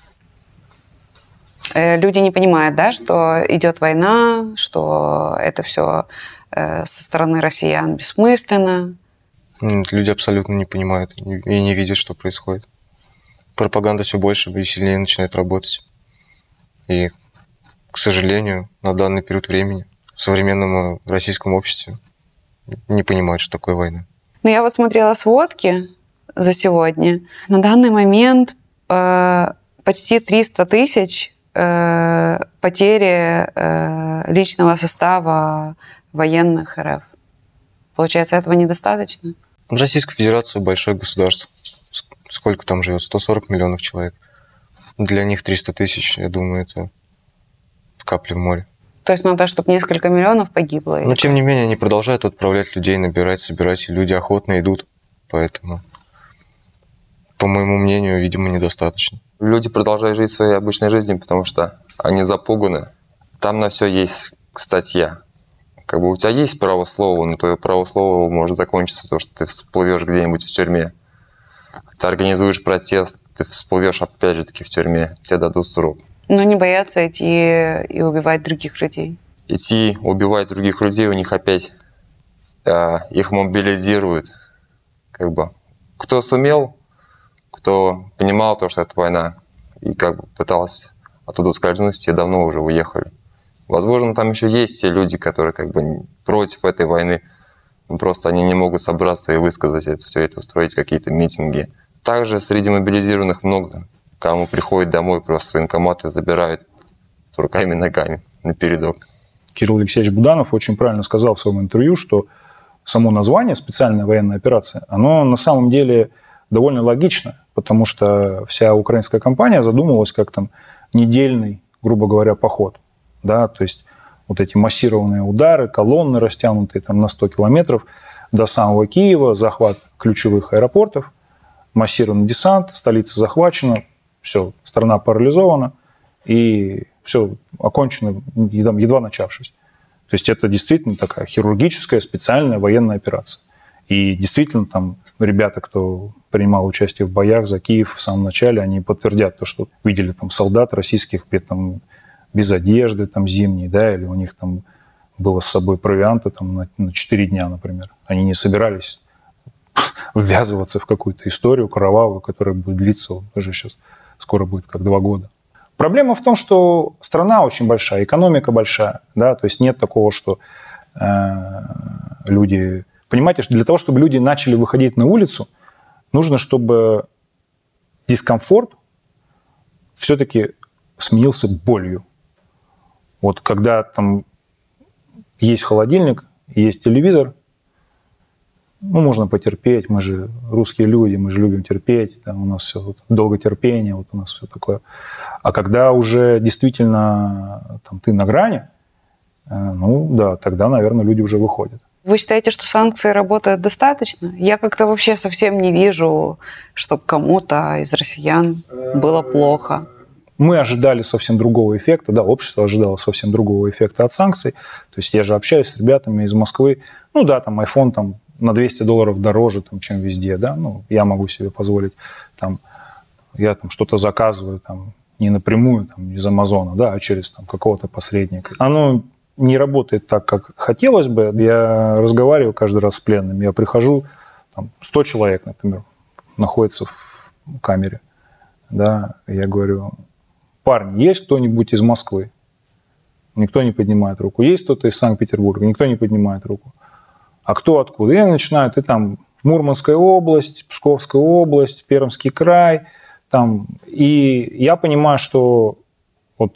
Люди не понимают, да, что идет война, что это все со стороны россиян бессмысленно? Люди абсолютно не понимают и не видят, что происходит. Пропаганда все больше и сильнее начинает работать. И, к сожалению, на данный период времени в современном российском обществе не понимают, что такое война. Ну, я вот смотрела сводки за сегодня. На данный момент почти 300 тысяч потери личного состава военных РФ. Получается, этого недостаточно? Российская Федерация большое государство. Сколько там живет? 140 миллионов человек. Для них 300 тысяч, я думаю, это капля в море. То есть надо, чтобы несколько миллионов погибло? Но, тем не менее, они продолжают отправлять людей, набирать, собирать, и люди охотно идут. Поэтому, по моему мнению, видимо, недостаточно. Люди продолжают жить своей обычной жизнью, потому что они запуганы. Там на все есть статья. Как бы у тебя есть право слова, но твое право слова может закончиться то, что ты всплывешь где-нибудь в тюрьме. Ты организуешь протест, ты всплывешь опять же таки в тюрьме, тебе дадут срок. Но не боятся идти и убивать других людей. Идти убивать других людей, у них опять их мобилизируют. Как бы кто сумел, кто понимал то, что это война, и как бы пытался оттуда ускользнуть, те давно уже уехали. Возможно, там еще есть те люди, которые как бы против этой войны, но просто они не могут собраться и высказать это, все это, устроить какие-то митинги. Также среди мобилизированных много, кому приходят домой, просто с военкомата забирают с руками и ногами напередок. Кирилл Алексеевич Буданов очень правильно сказал в своем интервью, что само название «Специальная военная операция», оно на самом деле довольно логично, потому что вся украинская кампания задумывалась как там недельный, грубо говоря, поход. Да? То есть вот эти массированные удары, колонны, растянутые там на 100 километров до самого Киева, захват ключевых аэропортов, массированный десант, столица захвачена, все, страна парализована, и все окончено, едва начавшись. То есть это действительно такая хирургическая специальная военная операция. И действительно там ребята, кто принимал участие в боях за Киев в самом начале, они подтвердят то, что видели там солдат российских там, без одежды там, зимней, да, или у них там было с собой провианта там, на 4 дня, например. Они не собирались ввязываться в какую-то историю кровавую, которая будет длиться уже сейчас, скоро будет как 2 года. Проблема в том, что страна очень большая, экономика большая, да, то есть нет такого, что люди... Понимаете, что для того, чтобы люди начали выходить на улицу, нужно, чтобы дискомфорт все-таки сменился болью. Вот когда там есть холодильник, есть телевизор, ну, можно потерпеть, мы же русские люди, мы же любим терпеть, там у нас все вот, долготерпение, вот у нас все такое. А когда уже действительно там, ты на грани, ну да, тогда, наверное, люди уже выходят. Вы считаете, что санкции работают достаточно? Я как-то вообще совсем не вижу, чтобы кому-то из россиян было плохо. Мы ожидали совсем другого эффекта, да, общество ожидало совсем другого эффекта от санкций. То есть я же общаюсь с ребятами из Москвы, ну да, там iPhone там, на $200 дороже, там, чем везде, да, ну, я могу себе позволить, там, я там что-то заказываю, там, не напрямую, там, из Амазона, да, а через там какого-то посредника. Оно не работает так, как хотелось бы. Я разговариваю каждый раз с пленными, я прихожу, там, 100 человек, например, находится в камере, да, я говорю: парни, есть кто-нибудь из Москвы? Никто не поднимает руку. Есть кто-то из Санкт-Петербурга? Никто не поднимает руку. А кто откуда? Я начинаю, ты там Мурманская область, Псковская область, Пермский край. Там. И я понимаю, что вот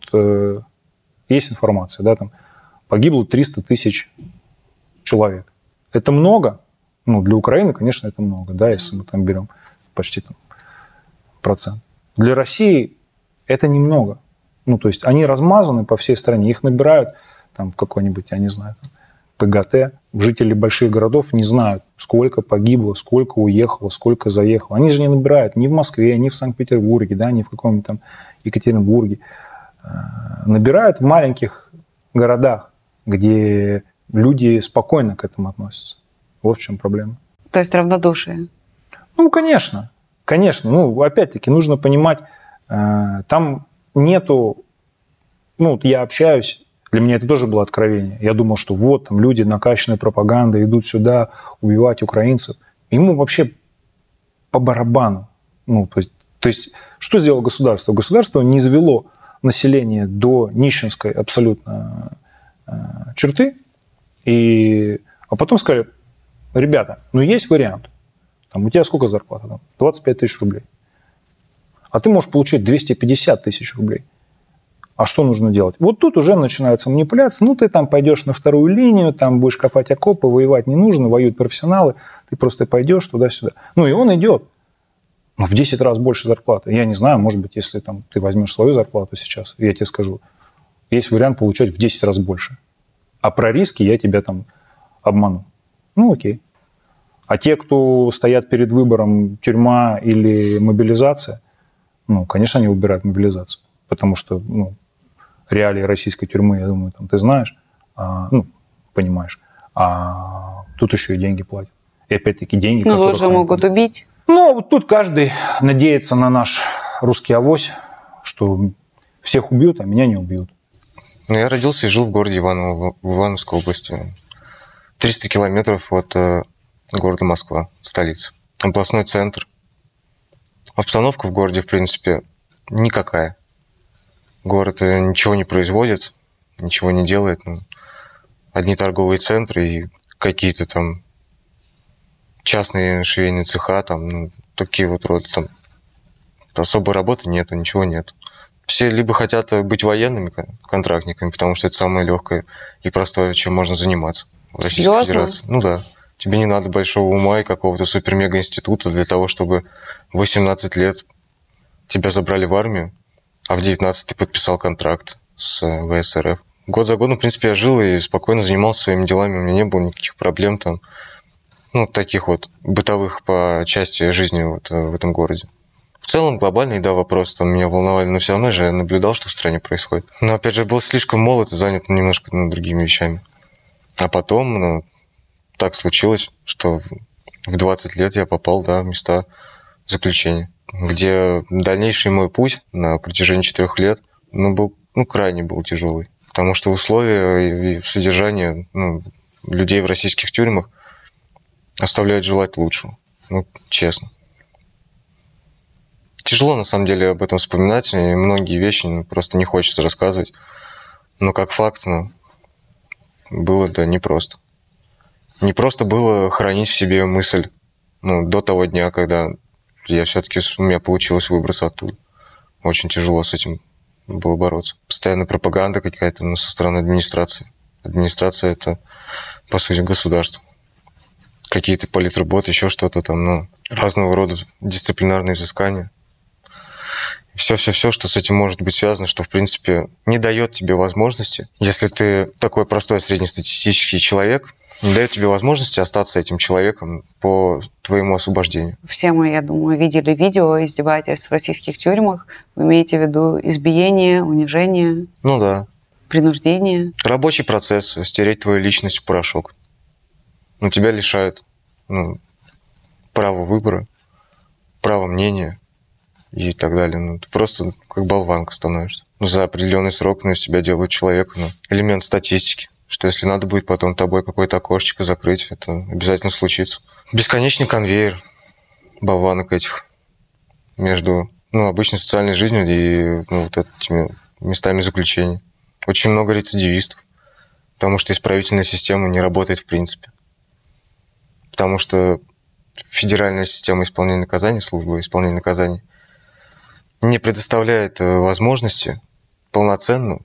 есть информация, да, там погибло 300 тысяч человек. Это много? Ну, для Украины, конечно, это много, да, если мы там берем почти там, процент. Для России это немного. Ну, то есть они размазаны по всей стране, их набирают там в какой-нибудь, я не знаю, там, ПГТ. Жители больших городов не знают, сколько погибло, сколько уехало, сколько заехало. Они же не набирают ни в Москве, ни в Санкт-Петербурге, да, ни в каком-нибудь там Екатеринбурге. Набирают в маленьких городах, где люди спокойно к этому относятся. Вот в чем проблема. То есть равнодушие? Ну, конечно. Конечно. Ну, опять-таки, нужно понимать, там нету... Ну, я общаюсь, для меня это тоже было откровение. Я думал, что вот, там люди, накачанные пропагандой, идут сюда убивать украинцев. Ему вообще по барабану. Ну, то есть, что сделало государство? Государство низвело население до нищенской абсолютно черты, а потом сказали: ребята, ну есть вариант. Там, у тебя сколько зарплата? Там, 25 тысяч рублей. А ты можешь получить 250 тысяч рублей. А что нужно делать? Вот тут уже начинаются манипуляции. Ну, ты там пойдешь на вторую линию, там будешь копать окопы, воевать не нужно, воюют профессионалы. Ты просто пойдешь туда-сюда. Ну, и он идет. Но в 10 раз больше зарплаты. Я не знаю, может быть, если там, ты возьмешь свою зарплату сейчас, я тебе скажу, есть вариант получать в 10 раз больше. А про риски я тебя там обману. Ну, окей. А те, кто стоят перед выбором тюрьма или мобилизация, ну, конечно, они выбирают мобилизацию. Потому что, ну, реалии российской тюрьмы, я думаю, там, ты знаешь, ну, понимаешь. А тут еще и деньги платят. И опять-таки деньги, ну, тоже могут убить. Ну, вот тут каждый надеется на наш русский авось, что всех убьют, а меня не убьют. Ну, я родился и жил в городе Иваново, в Ивановской области. 300 километров от города Москва, столицы. Областной центр. Обстановка в городе, в принципе, никакая. Город ничего не производит, ничего не делает. Ну, одни торговые центры и какие-то там частные швейные цеха, там, ну, такие вот роды, там особой работы нету, ничего нет. Все либо хотят быть военными контрактниками, потому что это самое легкое и простое, чем можно заниматься в Российской Федерации. Ну да. Тебе не надо большого ума и какого-то супер-мега-института для того, чтобы в 18 лет тебя забрали в армию, а в 19 ты подписал контракт с ВСРФ. Год за годом, в принципе, я жил и спокойно занимался своими делами, у меня не было никаких проблем там, ну, таких вот бытовых по части жизни вот в этом городе. В целом, глобальный, да, вопрос там меня волновали, но все равно же я наблюдал, что в стране происходит. Но, опять же, был слишком молод и занят немножко другими вещами. А потом, ну, так случилось, что в 20 лет я попал, да, в места заключения, где дальнейший мой путь на протяжении 4 лет, крайне был тяжелый. Потому что условия и содержание людей в российских тюрьмах оставляют желать лучшего. Ну, честно. Тяжело, на самом деле, об этом вспоминать, и многие вещи просто не хочется рассказывать. Но как факт, было, да, непросто. Не просто было хранить в себе мысль, до того дня, когда у меня получилось выбраться оттуда. Очень тяжело с этим было бороться. Постоянная пропаганда какая-то, со стороны администрации. Администрация – это, по сути, государство. Какие-то политработы, еще что-то там, разного рода дисциплинарные взыскания. Все, что с этим может быть связано, что, в принципе, не дает тебе возможности, если ты такой простой среднестатистический человек, не дает тебе возможности остаться этим человеком по твоему освобождению. Все мы, я думаю, видели видео издевательств в российских тюрьмах. Вы имеете в виду избиение, унижение? Ну да. Принуждение? Рабочий процесс, стереть твою личность в порошок. Тебя лишают права выбора, права мнения и так далее. Ты просто как болванка становишься. За определенный срок из тебя делают человека, элемент статистики. Что если надо будет потом тобой какое-то окошечко закрыть, это обязательно случится. Бесконечный конвейер болванок этих между обычной социальной жизнью и вот этими местами заключения. Очень много рецидивистов, потому что исправительная система не работает в принципе. Потому что федеральная система исполнения наказаний, служба исполнения наказаний, не предоставляет возможности полноценно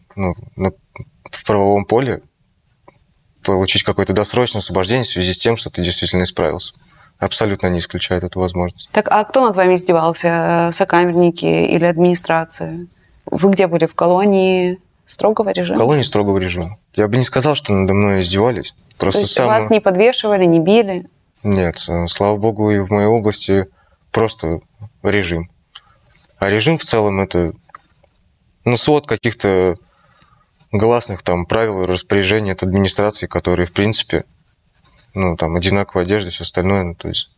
в правовом поле получить какое-то досрочное освобождение в связи с тем, что ты действительно исправился. Абсолютно не исключает эту возможность. Так, а кто над вами издевался? Сокамерники или администрация? Вы где были? В колонии строгого режима? В колонии строгого режима. Я бы не сказал, что надо мной издевались. Просто то есть вас не подвешивали, не били? Нет, слава богу, и в моей области просто режим. А режим в целом это свод каких-то гласных правил и распоряжений от администрации, которые, в принципе, одинаковая одежда, все остальное, то есть.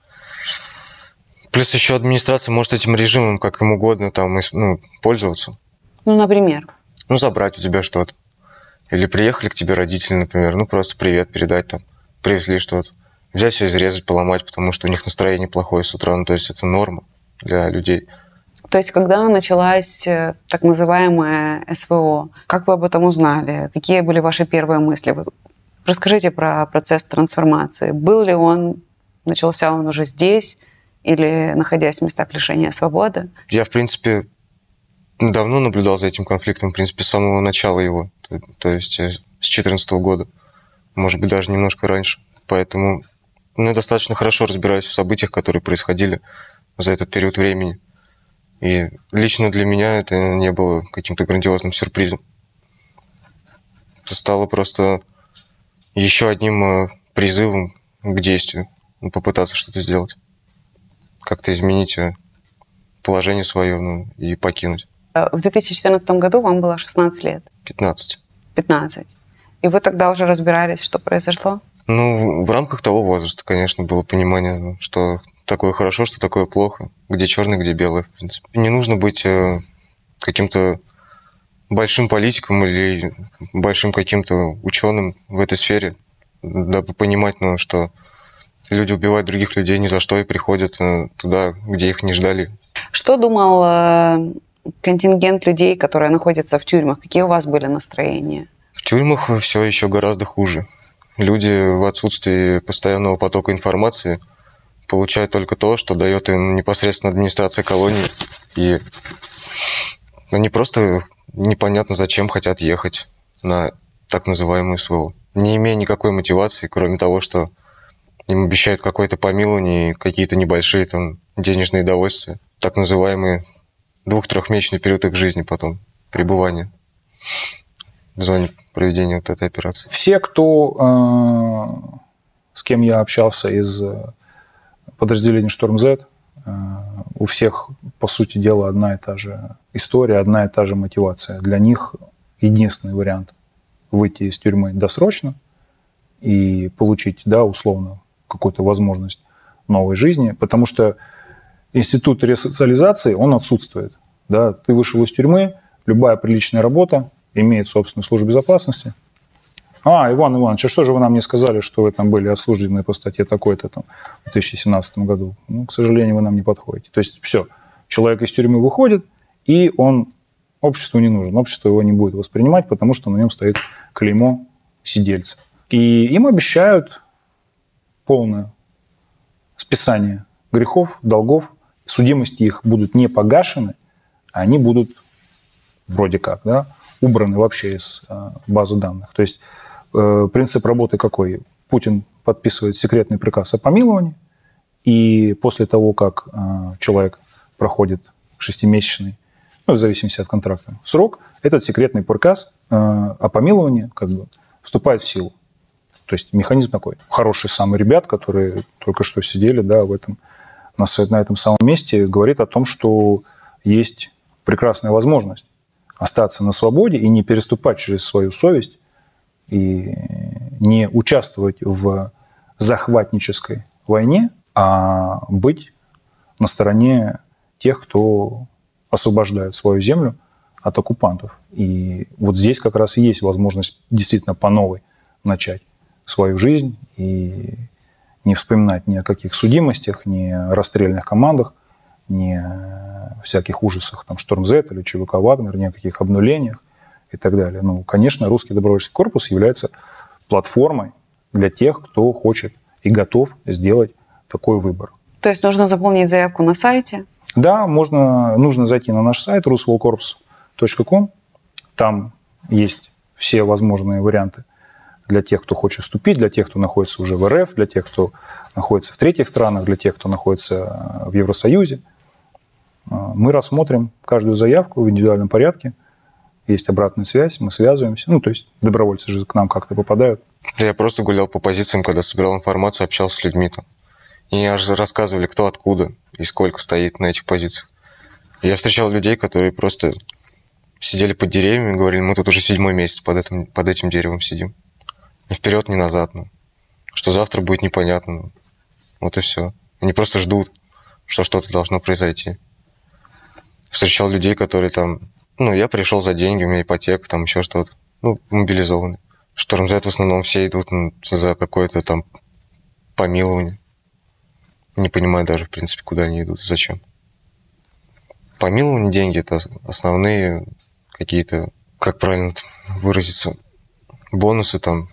Плюс еще администрация может этим режимом как им угодно пользоваться. Например? Забрать у тебя что-то. Или приехали к тебе родители, например, просто привет передать привезли что-то. Взять все, изрезать, поломать, потому что у них настроение плохое с утра, то есть это норма для людей. То есть, когда началась так называемая СВО, как вы об этом узнали? Какие были ваши первые мысли? Расскажите про процесс трансформации. Начался он уже здесь или находясь в местах лишения свободы? Я, в принципе, давно наблюдал за этим конфликтом, в принципе, с самого начала его, то есть с 2014 года, может быть, даже немножко раньше. Поэтому я достаточно хорошо разбираюсь в событиях, которые происходили за этот период времени. И лично для меня это не было каким-то грандиозным сюрпризом. Это стало просто еще одним призывом к действию, попытаться что-то сделать, как-то изменить положение свое, и покинуть. В 2014 году вам было 16 лет. 15. 15. И вы тогда уже разбирались, что произошло? В рамках того возраста, конечно, было понимание, что такое хорошо, что такое плохо, где черное, где белое, в принципе. Не нужно быть каким-то большим политиком или большим каким-то ученым в этой сфере, дабы понимать, что люди убивают других людей ни за что и приходят туда, где их не ждали. Что думал контингент людей, которые находятся в тюрьмах? Какие у вас были настроения? В тюрьмах все еще гораздо хуже. Люди в отсутствии постоянного потока информации получают только то, что дает им непосредственно администрация колонии. И они просто непонятно зачем хотят ехать на так называемую СВО, не имея никакой мотивации, кроме того, что им обещают какое-то помилование и какие-то небольшие денежные удовольствия. Так называемый 2-3-месячный период их жизни потом, пребывания в зоне проведения вот этой операции. Все, кто, с кем я общался из подразделения «Шторм Z», у всех, по сути дела, одна и та же история, одна и та же мотивация. Для них единственный вариант выйти из тюрьмы досрочно и получить, условно, какую-то возможность новой жизни, потому что институт ресоциализации, он отсутствует. Да? Ты вышел из тюрьмы, любая приличная работа имеет собственную службу безопасности. Иван Иванович, а что же вы нам не сказали, что вы там были осуждены по статье такой-то в 2017 году? К сожалению, вы нам не подходите. То есть все, человек из тюрьмы выходит, и он обществу не нужен. Общество его не будет воспринимать, потому что на нем стоит клеймо сидельца. И им обещают полное списание грехов, долгов, судимости их будут не погашены, а они будут вроде как, убраны вообще из базы данных. То есть принцип работы какой? Путин подписывает секретный приказ о помиловании, и после того, как человек проходит 6-месячный, в зависимости от контракта, срок, этот секретный приказ о помиловании вступает в силу. То есть механизм такой. Хорошие самые ребят, которые только что сидели на этом самом месте, говорит о том, что есть прекрасная возможность остаться на свободе и не переступать через свою совесть и не участвовать в захватнической войне, а быть на стороне тех, кто освобождает свою землю от оккупантов. И вот здесь как раз и есть возможность действительно по новой начать свою жизнь и не вспоминать ни о каких судимостях, ни о расстрельных командах, ни о всяких ужасах, «Шторм Z» или ЧВК «Вагнер», ни о каких обнулениях и так далее. Конечно, русский добровольческий корпус является платформой для тех, кто хочет и готов сделать такой выбор. То есть нужно заполнить заявку на сайте? Да, нужно зайти на наш сайт rusvolkorps.com. Там есть все возможные варианты для тех, кто хочет вступить, для тех, кто находится уже в РФ, для тех, кто находится в третьих странах, для тех, кто находится в Евросоюзе. Мы рассмотрим каждую заявку в индивидуальном порядке. Есть обратная связь, мы связываемся. То есть добровольцы же к нам как-то попадают. Я просто гулял по позициям, когда собирал информацию, общался с людьми там. И мне рассказывали, кто откуда и сколько стоит на этих позициях. И я встречал людей, которые просто сидели под деревьями и говорили, мы тут уже 7-й месяц под этим деревом сидим. Ни вперед, ни назад. Что завтра будет непонятно. Вот и все. Они просто ждут, что что-то должно произойти. Встречал людей, которые я пришел за деньги, у меня ипотека, еще что-то. Мобилизованные. «Шторм Z» в основном все идут за какое-то помилование. Не понимаю даже, в принципе, куда они идут и зачем. Помилование, деньги – это основные какие-то, как правильно выразиться, бонусы, там,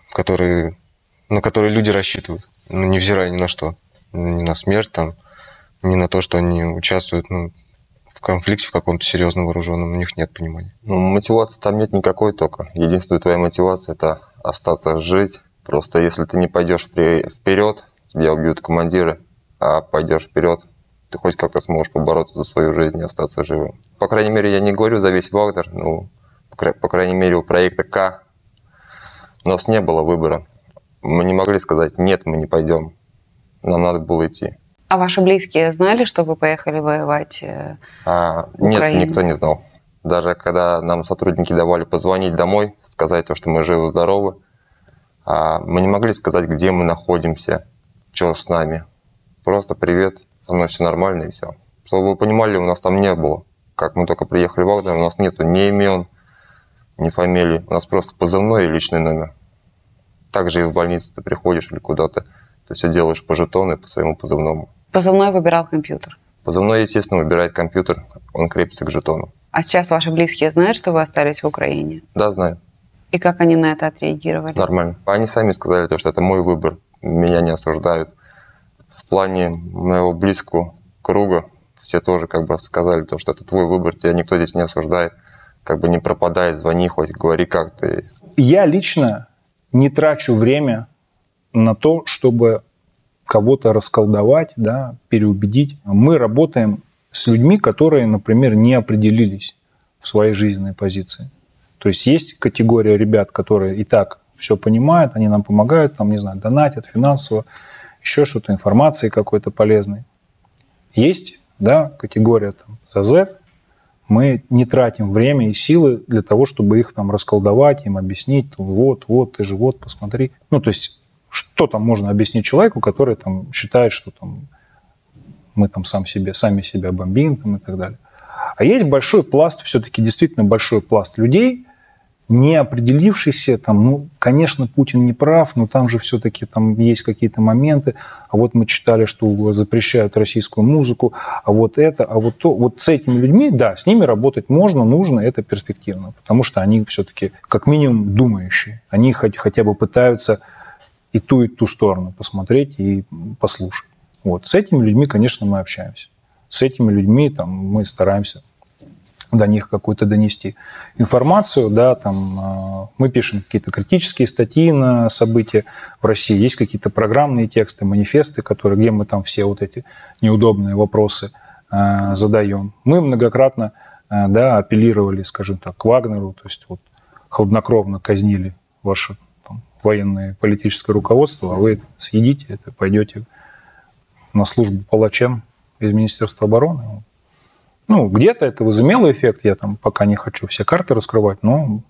на которые люди рассчитывают, невзирая ни на что. Ни на смерть, там, ни на то, что они участвуют в конфликте в каком-то серьезном вооруженном. У них нет понимания. Мотивации там нет никакой только. Единственная твоя мотивация – это остаться жить. Просто если ты не пойдешь вперед, тебя убьют командиры, а пойдешь вперед, ты хоть как-то сможешь побороться за свою жизнь и остаться живым. По крайней мере, я не говорю за весь Вагнер, по крайней мере, у проекта К у нас не было выбора. Мы не могли сказать: нет, мы не пойдем. Нам надо было идти. А ваши близкие знали, что вы поехали воевать в Украину? Нет, никто не знал. Даже когда нам сотрудники давали позвонить домой, сказать то, что мы живы-здоровы, мы не могли сказать, где мы находимся, что с нами. Просто привет, со мной все нормально и все. Чтобы вы понимали, у нас там не было. Как мы только приехали в Вагнер, у нас нету ни имен, ни фамилий. У нас просто позывной и личный номер. Также и в больницу ты приходишь или куда-то, ты все делаешь по жетону и по своему позывному. Позывной выбирал компьютер? Позывной, естественно, выбирает компьютер, он крепится к жетону. А сейчас ваши близкие знают, что вы остались в Украине? Да, знаю. И как они на это отреагировали? Нормально. Они сами сказали, что это мой выбор, меня не осуждают. В плане моего близкого круга все тоже сказали, что это твой выбор, тебя никто здесь не осуждает. Не пропадай, звони хоть, говори, как ты. Я лично не трачу время на то, чтобы кого-то расколдовать, да, переубедить. Мы работаем с людьми, которые, например, не определились в своей жизненной позиции. То есть категория ребят, которые и так все понимают, они нам помогают, донатят финансово, еще что-то, информации какой-то полезной. Есть, да, категория за Z. Мы не тратим время и силы для того, чтобы их расколдовать, им объяснить, вот, ты же посмотри. То есть, что там можно объяснить человеку, который считает, что мы сами себя бомбим и так далее. А есть большой пласт, все-таки действительно большой пласт людей, не определившихся, конечно, Путин не прав, но там же все-таки есть какие-то моменты, а вот мы читали, что запрещают российскую музыку, а вот это, а вот то. Вот с этими людьми, да, с ними работать можно, нужно, это перспективно, потому что они все-таки как минимум думающие, они хотя бы пытаются и ту сторону посмотреть и послушать. Вот. С этими людьми, конечно, мы общаемся. С этими людьми мы стараемся до них какую-то донести информацию, да, мы пишем какие-то критические статьи на события в России, есть какие-то программные тексты, манифесты, где мы все эти неудобные вопросы задаем. Мы многократно, да, апеллировали, скажем так, к Вагнеру, то есть хладнокровно казнили ваше военное политическое руководство, а вы съедите это, пойдете на службу палачам из Министерства обороны. Где-то это возымело эффект, я пока не хочу все карты раскрывать, но,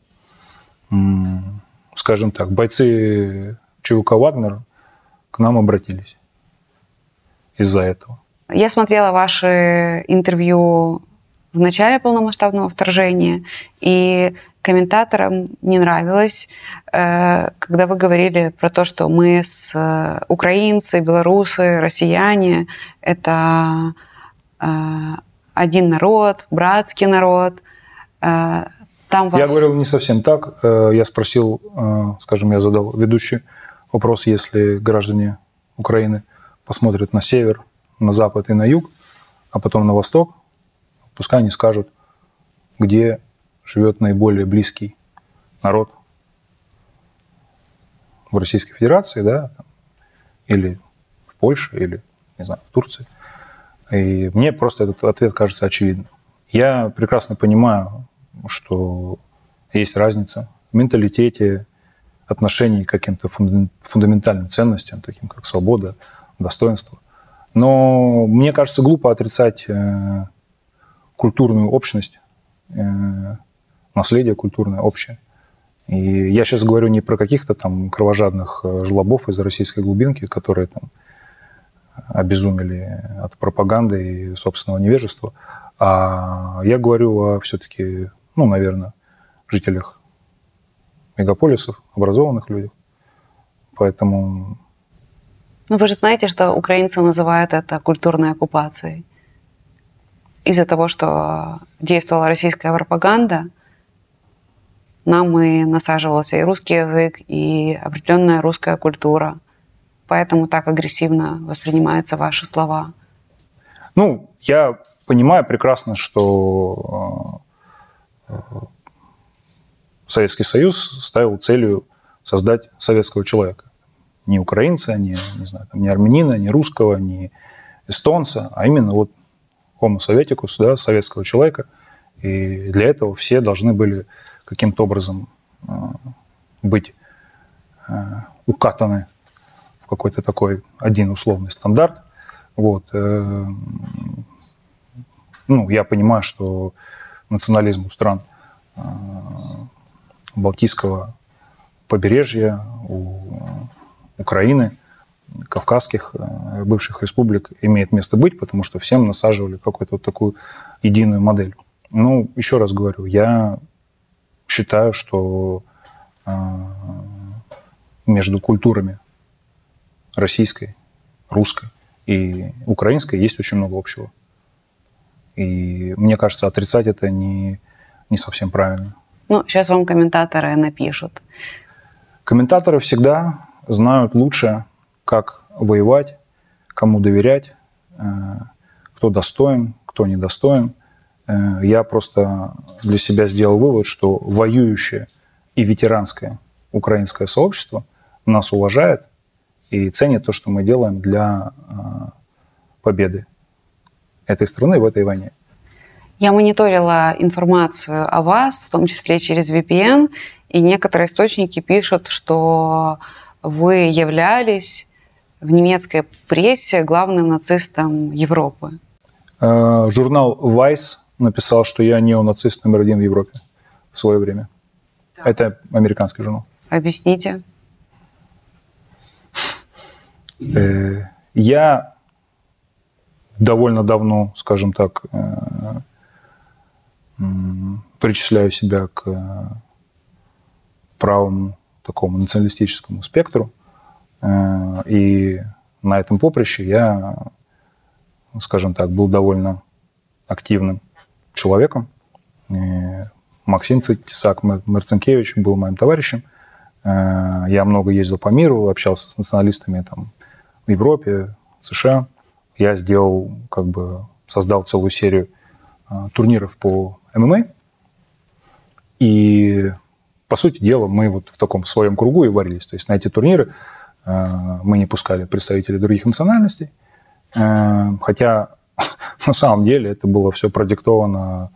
скажем так, бойцы ЧВК «Вагнер» к нам обратились из-за этого. Я смотрела ваши интервью в начале полномасштабного вторжения, и комментаторам не нравилось, когда вы говорили про то, что мы украинцы, белорусы, россияне – это один народ, братский народ. Я говорил не совсем так. Я спросил, я задал ведущий вопрос, если граждане Украины посмотрят на север, на запад и на юг, а потом на восток, пускай они скажут, где живет наиболее близкий народ в Российской Федерации, да, или в Польше, или, не знаю, в Турции. И мне просто этот ответ кажется очевидным. Я прекрасно понимаю, что есть разница в менталитете, отношении к каким-то фундаментальным ценностям, таким как свобода, достоинство. Но мне кажется, глупо отрицать культурную общность, наследие культурное общее. И я сейчас говорю не про каких-то кровожадных жлобов из российской глубинки, которые обезумели от пропаганды и собственного невежества, а я говорю о все-таки, наверное, жителях мегаполисов, образованных людях. Поэтому... вы же знаете, что украинцы называют это культурной оккупацией. Из-за того, что действовала российская пропаганда, нам и насаживался и русский язык, и определенная русская культура. Поэтому так агрессивно воспринимаются ваши слова. Ну, я понимаю прекрасно, что Советский Союз ставил целью создать советского человека. Не украинца, не знаю, там, не армянина, не русского, не эстонца, а именно вот homo советикус, да, советского человека. И для этого все должны были каким-то образом быть укатаны в какой-то такой один условный стандарт. Вот. Ну, я понимаю, что национализм у стран Балтийского побережья, у Украины, кавказских бывших республик имеет место быть, потому что всем насаживали какую-то вот такую единую модель. Ну, еще раз говорю, я считаю, что между культурами российской, русской и украинской есть очень много общего. И мне кажется, отрицать это не совсем правильно. Ну, сейчас вам комментаторы напишут. Комментаторы всегда знают лучше, как воевать, кому доверять, кто достоин, кто недостоин. Я просто для себя сделал вывод, что воюющее и ветеранское украинское сообщество нас уважает и ценит то, что мы делаем для победы этой страны в этой войне. Я мониторила информацию о вас, в том числе через VPN, и некоторые источники пишут, что вы являлись в немецкой прессе главным нацистом Европы. Журнал Vice написал, что я неонацист номер 1 в Европе в свое время. Да. Это американский журнал. Объясните. Я довольно давно, скажем так, причисляю себя к правому такому националистическому спектру. И на этом поприще я, скажем так, был довольно активным человеком. Максим Тесак-Марцинкевич был моим товарищем. Я много ездил по миру, общался с националистами там, в Европе, в США. Я создал целую серию турниров по ММА. И, по сути дела, мы вот в таком своем кругу и варились. То есть на эти турниры мы не пускали представителей других национальностей. Хотя, на самом деле, это было все продиктовано,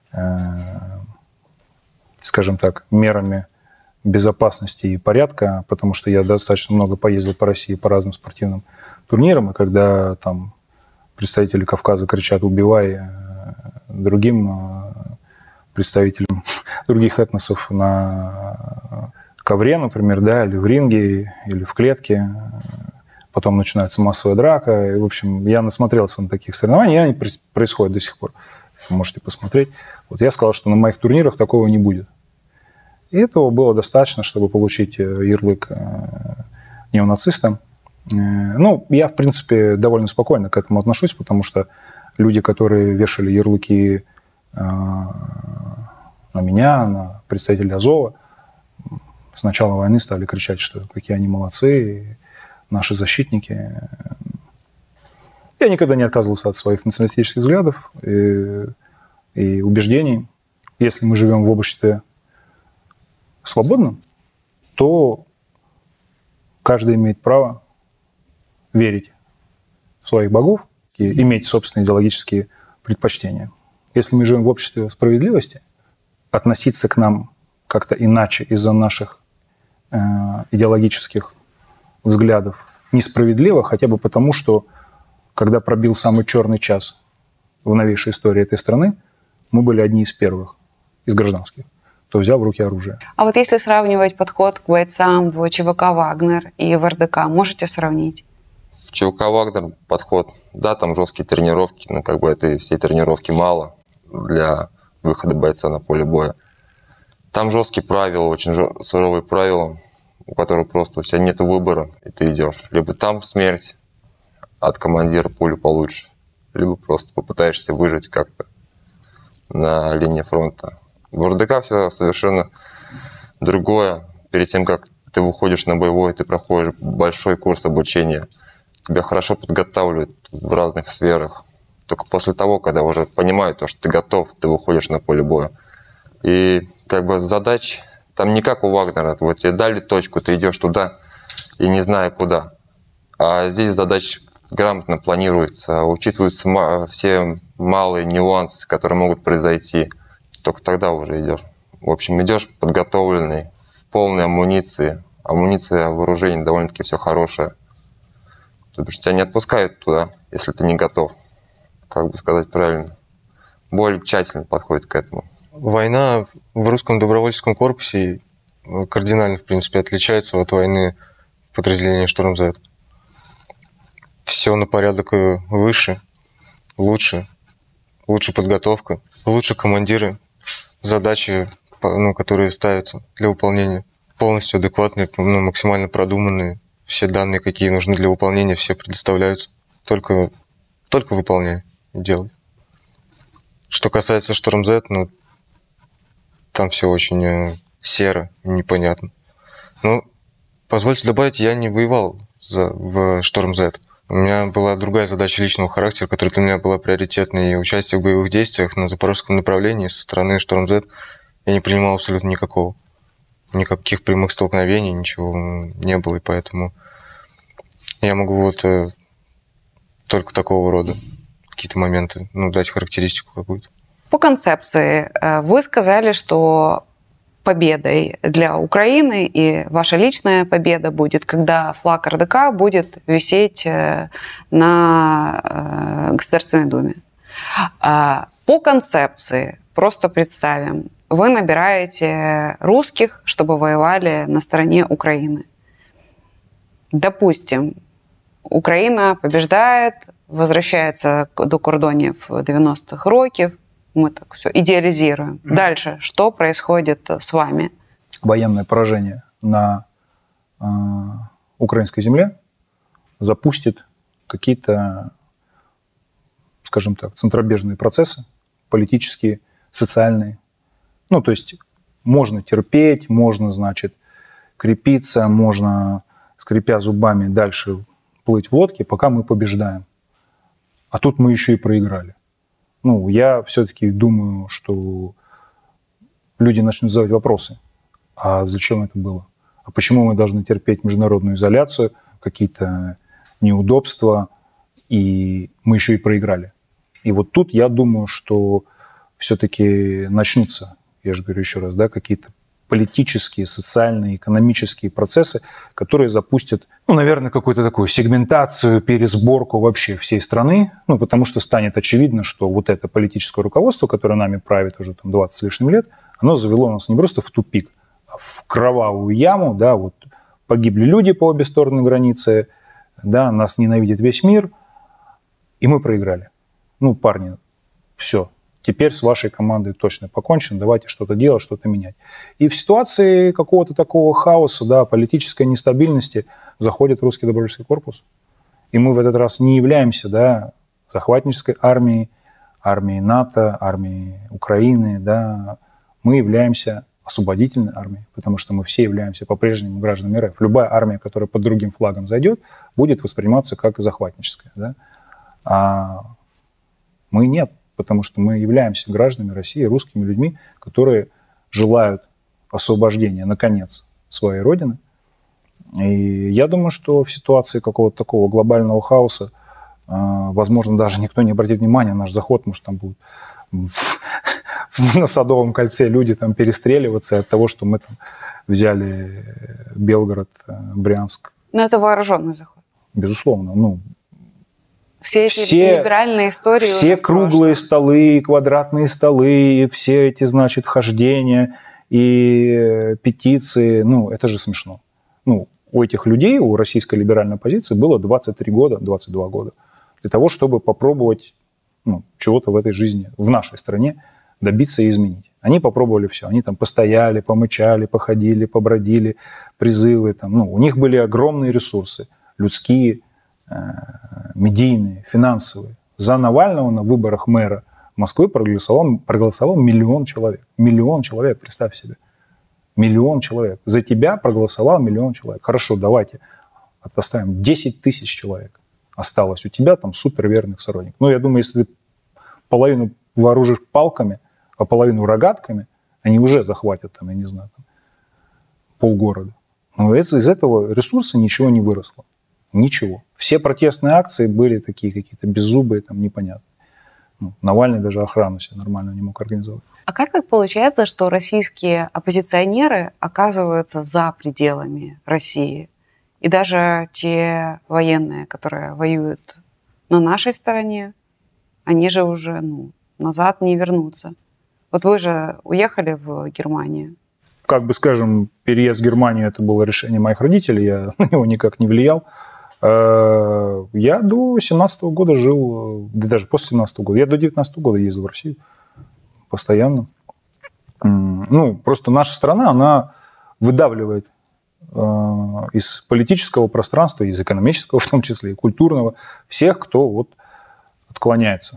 скажем так, мерами безопасности и порядка, потому что я достаточно много поездил по России по разным спортивным турнирам, и когда там представители Кавказа кричат «убивай» другим представителям других этносов на ковре, например, да, или в ринге, или в клетке, потом начинается массовая драка, и, в общем, я насмотрелся на таких соревнований, и они происходят до сих пор. Вы можете посмотреть. Вот я сказал, что на моих турнирах такого не будет. И этого было достаточно, чтобы получить ярлык неонациста. Ну, я, в принципе, довольно спокойно к этому отношусь, потому что люди, которые вешали ярлыки на меня, на представителей Азова, с начала войны стали кричать, что какие они молодцы, наши защитники. Я никогда не отказывался от своих националистических взглядов и убеждений. Если мы живем в обществе свободном, то каждый имеет право верить в своих богов и иметь собственные идеологические предпочтения. Если мы живем в обществе справедливости, относиться к нам как-то иначе из-за наших идеологических взглядов несправедливо, хотя бы потому, что когда пробил самый черный час в новейшей истории этой страны, мы были одни из первых, из гражданских, кто взял в руки оружие. А вот если сравнивать подход к бойцам в ЧВК «Вагнер» и в РДК, можете сравнить? В ЧВК «Вагнер» подход, да, там жесткие тренировки, но этой всей тренировки мало для выхода бойца на поле боя. Там жесткие правила, очень суровые правила, у которых просто у тебя нет выбора, и ты идешь. Либо там смерть, от командира пулю получишь, либо просто попытаешься выжить как-то на линии фронта. В РДК все совершенно другое. Перед тем, как ты выходишь на боевой, ты проходишь большой курс обучения. Тебя хорошо подготавливают в разных сферах. Только после того, когда уже понимают, что ты готов, ты выходишь на поле боя. И как бы задач там не как у Вагнера. Вот тебе дали точку, ты идешь туда и не зная куда. А здесь задач грамотно планируется, учитываются все малые нюансы, которые могут произойти. Только тогда уже идешь. В общем, идешь подготовленный, в полной амуниции. Амуниция, вооружение довольно-таки все хорошее. То есть тебя не отпускают туда, если ты не готов. Как бы сказать правильно. Более тщательно подходит к этому. Война в русском добровольческом корпусе кардинально, в принципе, отличается от войны подразделения «Шторм Z». Все на порядок выше, лучше подготовка, лучше командиры, задачи, которые ставятся для выполнения, полностью адекватные, максимально продуманные. Все данные, какие нужны для выполнения, все предоставляются. Только выполняй и делай. Что касается «Шторм Z», там все очень серо и непонятно. Позвольте добавить, я не воевал в «Шторм Z». У меня была другая задача личного характера, которая для меня была приоритетной. И участие в боевых действиях на запорожском направлении со стороны «Шторм Z» я не принимал абсолютно никакого. Никаких прямых столкновений, ничего не было. И поэтому я могу только такого рода какие-то моменты, дать характеристику какую-то. По концепции вы сказали, что победой для Украины и ваша личная победа будет, когда флаг РДК будет висеть на Государственной Думе. По концепции, просто представим, вы набираете русских, чтобы воевали на стороне Украины. Допустим, Украина побеждает, возвращается до кордонів 90-х років, мы так все идеализируем. Дальше, что происходит с вами? Военное поражение на украинской земле запустит какие-то, скажем так, центробежные процессы, политические, социальные. То есть можно терпеть, можно, крепиться, можно, скрипя зубами, дальше плыть в лодке, пока мы побеждаем. А тут мы еще и проиграли. Я все-таки думаю, что люди начнут задавать вопросы. А зачем это было? А почему мы должны терпеть международную изоляцию, какие-то неудобства, и мы еще и проиграли? И вот тут я думаю, что все-таки начнутся, я же говорю еще раз, какие-то политические, социальные, экономические процессы, которые запустят, наверное, какую-то такую сегментацию, пересборку вообще всей страны, потому что станет очевидно, что вот это политическое руководство, которое нами правит уже 20 с лишним лет, оно завело нас не просто в тупик, а в кровавую яму, погибли люди по обе стороны границы, нас ненавидит весь мир, и мы проиграли. Парни, все. Теперь с вашей командой точно покончено, давайте что-то делать, что-то менять. И в ситуации какого-то такого хаоса, политической нестабильности заходит русский добровольческий корпус. И мы в этот раз не являемся захватнической армией, армией НАТО, армией Украины. Мы являемся освободительной армией, потому что мы все являемся по-прежнему гражданами РФ. Любая армия, которая под другим флагом зайдет, будет восприниматься как захватническая. А мы нет. Потому что мы являемся гражданами России, русскими людьми, которые желают освобождения, наконец, своей Родины. И я думаю, что в ситуации какого-то такого глобального хаоса, возможно, даже никто не обратит внимания на наш заход, может, там будут на Садовом кольце люди перестреливаться от того, что мы взяли Белгород, Брянск. Но это вооруженный заход. Безусловно. Все эти либеральные истории. Все круглые столы, квадратные столы, все эти, хождения и петиции, это же смешно. У этих людей, у российской либеральной оппозиции было 23 года, 22 года для того, чтобы попробовать чего-то в этой жизни, в нашей стране добиться и изменить. Они попробовали все. Они постояли, помычали, походили, побродили, призывы. У них были огромные ресурсы, людские, медийные, финансовые. За Навального на выборах мэра Москвы проголосовал миллион человек. Миллион человек, представь себе. Миллион человек. За тебя проголосовал миллион человек. Хорошо, давайте оставим 10 тысяч человек. Осталось у тебя там суперверных сторонников. Ну, я думаю, если ты половину вооружишь палками, а половину рогатками, они уже захватят там, я не знаю, там, полгорода. Но из этого ресурса ничего не выросло. Ничего. Все протестные акции были такие какие-то беззубые, там, непонятные. Ну, Навальный даже охрану себе нормально не мог организовать. А как так получается, что российские оппозиционеры оказываются за пределами России? И даже те военные, которые воюют на нашей стороне, они же уже назад не вернутся. Вот вы же уехали в Германию. Как бы, скажем, переезд в Германию – это было решение моих родителей, я на него никак не влиял. Я до 17 года жил, да даже после 17 года, я до 19 года ездил в Россию постоянно. Ну, просто наша страна, она выдавливает из политического пространства, из экономического в том числе, и культурного, всех, кто вот отклоняется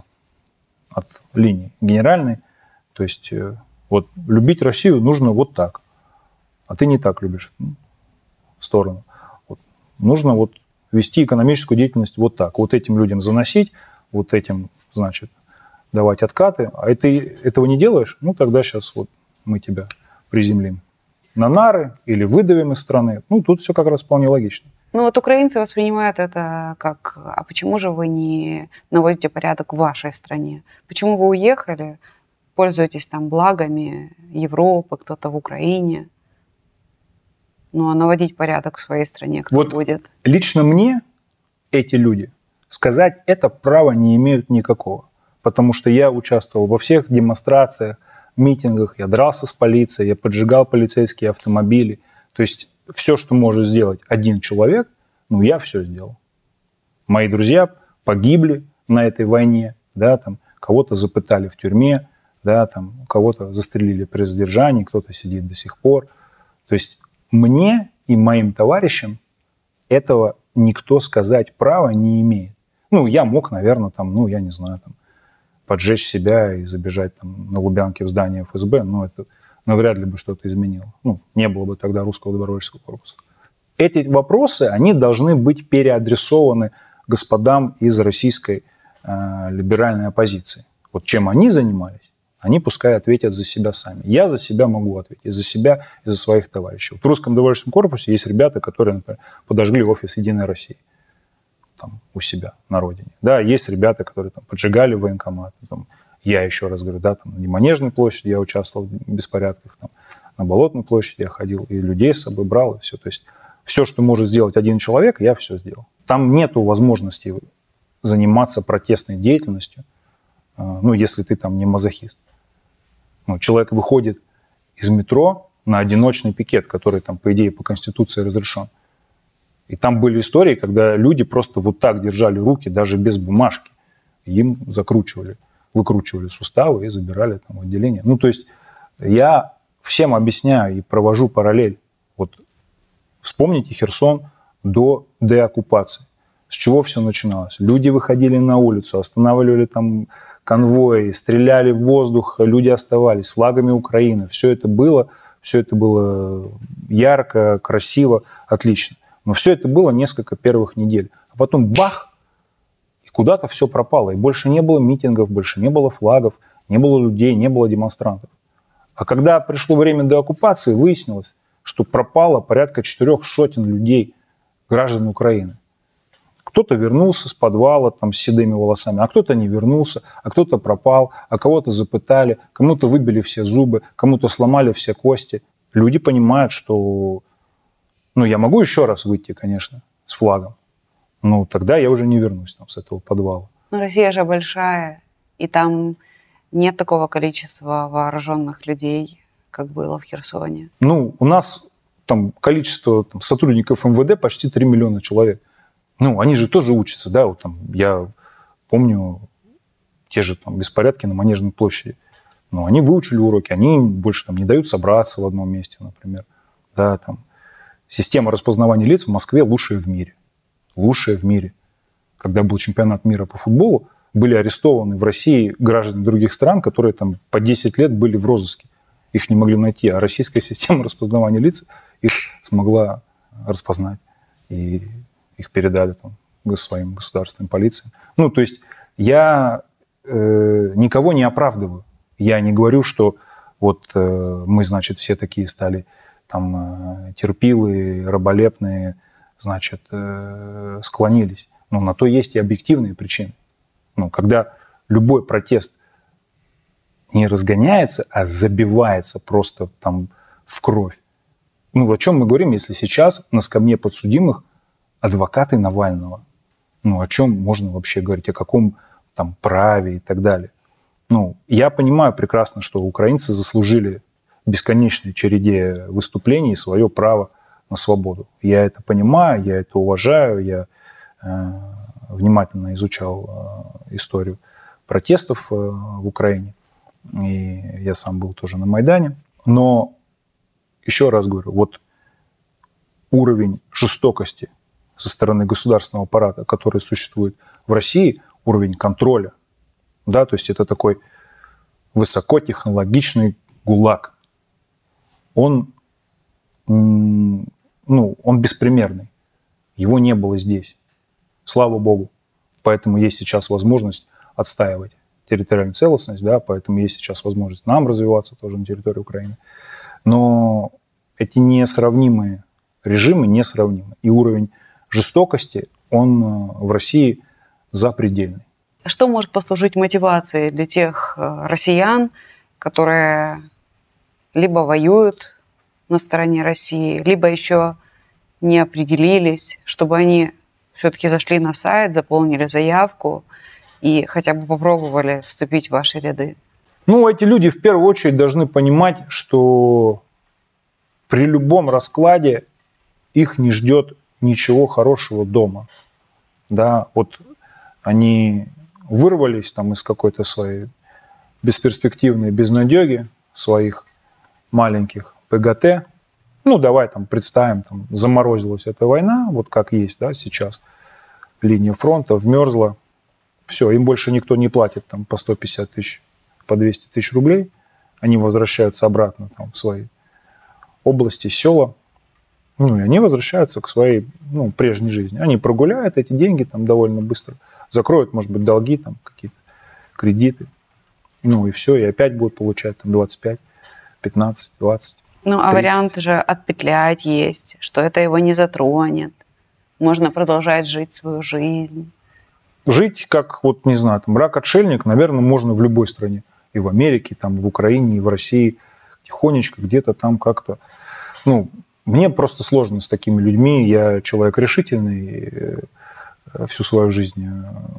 от линии генеральной. То есть вот любить Россию нужно вот так, а ты не так любишь сторону. Вот. Нужно вот вести экономическую деятельность вот так. Вот этим людям заносить, вот этим, значит, давать откаты. А ты этого не делаешь, ну тогда сейчас вот мы тебя приземлим на нары или выдавим из страны. Ну, тут все как раз вполне логично. Ну вот украинцы воспринимают это как, а почему же вы не наводите порядок в вашей стране? Почему вы уехали, пользуетесь там благами Европы, кто-то в Украине? Ну а наводить порядок в своей стране кто вот будет? Лично мне эти люди сказать это права не имеют никакого. Потому что я участвовал во всех демонстрациях, митингах, я дрался с полицией, я поджигал полицейские автомобили. То есть все, что может сделать один человек, ну, я все сделал. Мои друзья погибли на этой войне, да, там, кого-то запытали в тюрьме, да, там, кого-то застрелили при задержании, кто-то сидит до сих пор. То есть мне и моим товарищам этого никто сказать права не имеет. Ну, я мог, наверное, там, ну, я не знаю, там, поджечь себя и забежать там, на Лубянке в здание ФСБ, но это навряд ли бы что-то изменило. Ну, не было бы тогда русского добровольческого корпуса. Эти вопросы, они должны быть переадресованы господам из российской либеральной оппозиции. Вот чем они занимались, они пускай ответят за себя сами. Я за себя могу ответить, за себя и за своих товарищей. Вот в русском добровольческом корпусе есть ребята, которые, например, подожгли офис «Единой России» там, у себя на родине. Да, есть ребята, которые там, поджигали военкомат. Там, я еще раз говорю, да, там, на Манежной площади я участвовал в беспорядках, там, на Болотной площади я ходил, и людей с собой брал, и все. То есть все, что может сделать один человек, я все сделал. Там нету возможности заниматься протестной деятельностью, ну, если ты там не мазохист. Ну, человек выходит из метро на одиночный пикет, который там, по идее, по Конституции разрешен. И там были истории, когда люди просто вот так держали руки, даже без бумажки. Им выкручивали суставы и забирали там в отделение. Ну, то есть я всем объясняю и провожу параллель. Вот вспомните Херсон до деоккупации. С чего все начиналось? Люди выходили на улицу, останавливали там конвои, стреляли в воздух, люди оставались, флагами Украины. Все это было ярко, красиво, отлично. Но все это было несколько первых недель. А потом бах, и куда-то все пропало. И больше не было митингов, больше не было флагов, не было людей, не было демонстрантов. А когда пришло время деоккупации, выяснилось, что пропало порядка 400 людей, граждан Украины. Кто-то вернулся с подвала там, с седыми волосами, а кто-то не вернулся, а кто-то пропал, а кого-то запытали, кому-то выбили все зубы, кому-то сломали все кости. Люди понимают, что... Ну, я могу еще раз выйти, конечно, с флагом, но тогда я уже не вернусь там, с этого подвала. Ну, Россия же большая, и там нет такого количества вооруженных людей, как было в Херсоне. Ну, у нас там количество там, сотрудников МВД почти 3 миллиона человек. Ну, они же тоже учатся, да, вот там, я помню те же там беспорядки на Манежной площади. Ну, они выучили уроки, они больше там не дают собраться в одном месте, например, да, там. Система распознавания лиц в Москве лучшая в мире. Лучшая в мире. Когда был чемпионат мира по футболу, были арестованы в России граждане других стран, которые там по 10 лет были в розыске. Их не могли найти, а российская система распознавания лиц их смогла распознать. И их передали там своим государственным полициям. Ну, то есть я никого не оправдываю. Я не говорю, что вот мы, значит, все такие стали там терпилы, раболепные, значит, склонились. Но на то есть и объективные причины. Ну, когда любой протест не разгоняется, а забивается просто там в кровь. Ну, о чем мы говорим, если сейчас на скамье подсудимых адвокаты Навального? Ну, о чем можно вообще говорить? О каком там праве и так далее? Ну, я понимаю прекрасно, что украинцы заслужили в бесконечной череде выступлений свое право на свободу. Я это понимаю, я это уважаю, я внимательно изучал историю протестов в Украине. И я сам был тоже на Майдане. Но, еще раз говорю, вот уровень жестокости со стороны государственного аппарата, который существует в России, уровень контроля, да, то есть это такой высокотехнологичный ГУЛАГ, он беспримерный. Его не было здесь. Слава Богу. Поэтому есть сейчас возможность отстаивать территориальную целостность, да, поэтому есть сейчас возможность нам развиваться тоже на территории Украины. Но эти несравнимые режимы несравнимы. И уровень жестокости, он в России запредельный. Что может послужить мотивацией для тех россиян, которые либо воюют на стороне России, либо еще не определились, чтобы они все-таки зашли на сайт, заполнили заявку и хотя бы попробовали вступить в ваши ряды? Ну, эти люди в первую очередь должны понимать, что при любом раскладе их не ждет ничего хорошего дома. Да, вот они вырвались там из какой-то своей бесперспективной безнадеги, своих маленьких ПГТ. Ну, давай там представим, там заморозилась эта война, вот как есть, да, сейчас линия фронта, вмерзла. Все, им больше никто не платит там по 150 тысяч, по 200 тысяч рублей. Они возвращаются обратно там в свои области, села. Ну, и они возвращаются к своей, прежней жизни. Они прогуляют эти деньги там довольно быстро, закроют, может быть, долги, там какие-то кредиты. Ну, и все, и опять будут получать там 25, 15, 20. Ну, а 30. вариант же отпетлять есть, что это его не затронет. Можно продолжать жить свою жизнь. Жить как, вот, не знаю, там, рак-отшельник, наверное, можно в любой стране. И в Америке, там, в Украине, и в России. Тихонечко, где-то там как-то. Ну, мне просто сложно с такими людьми. Я человек решительный всю свою жизнь.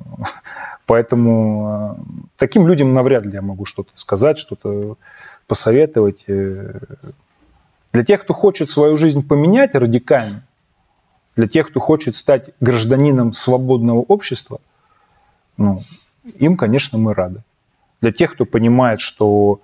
Поэтому таким людям навряд ли я могу что-то сказать, что-то посоветовать. Для тех, кто хочет свою жизнь поменять радикально, для тех, кто хочет стать гражданином свободного общества, им, конечно, мы рады. Для тех, кто понимает, что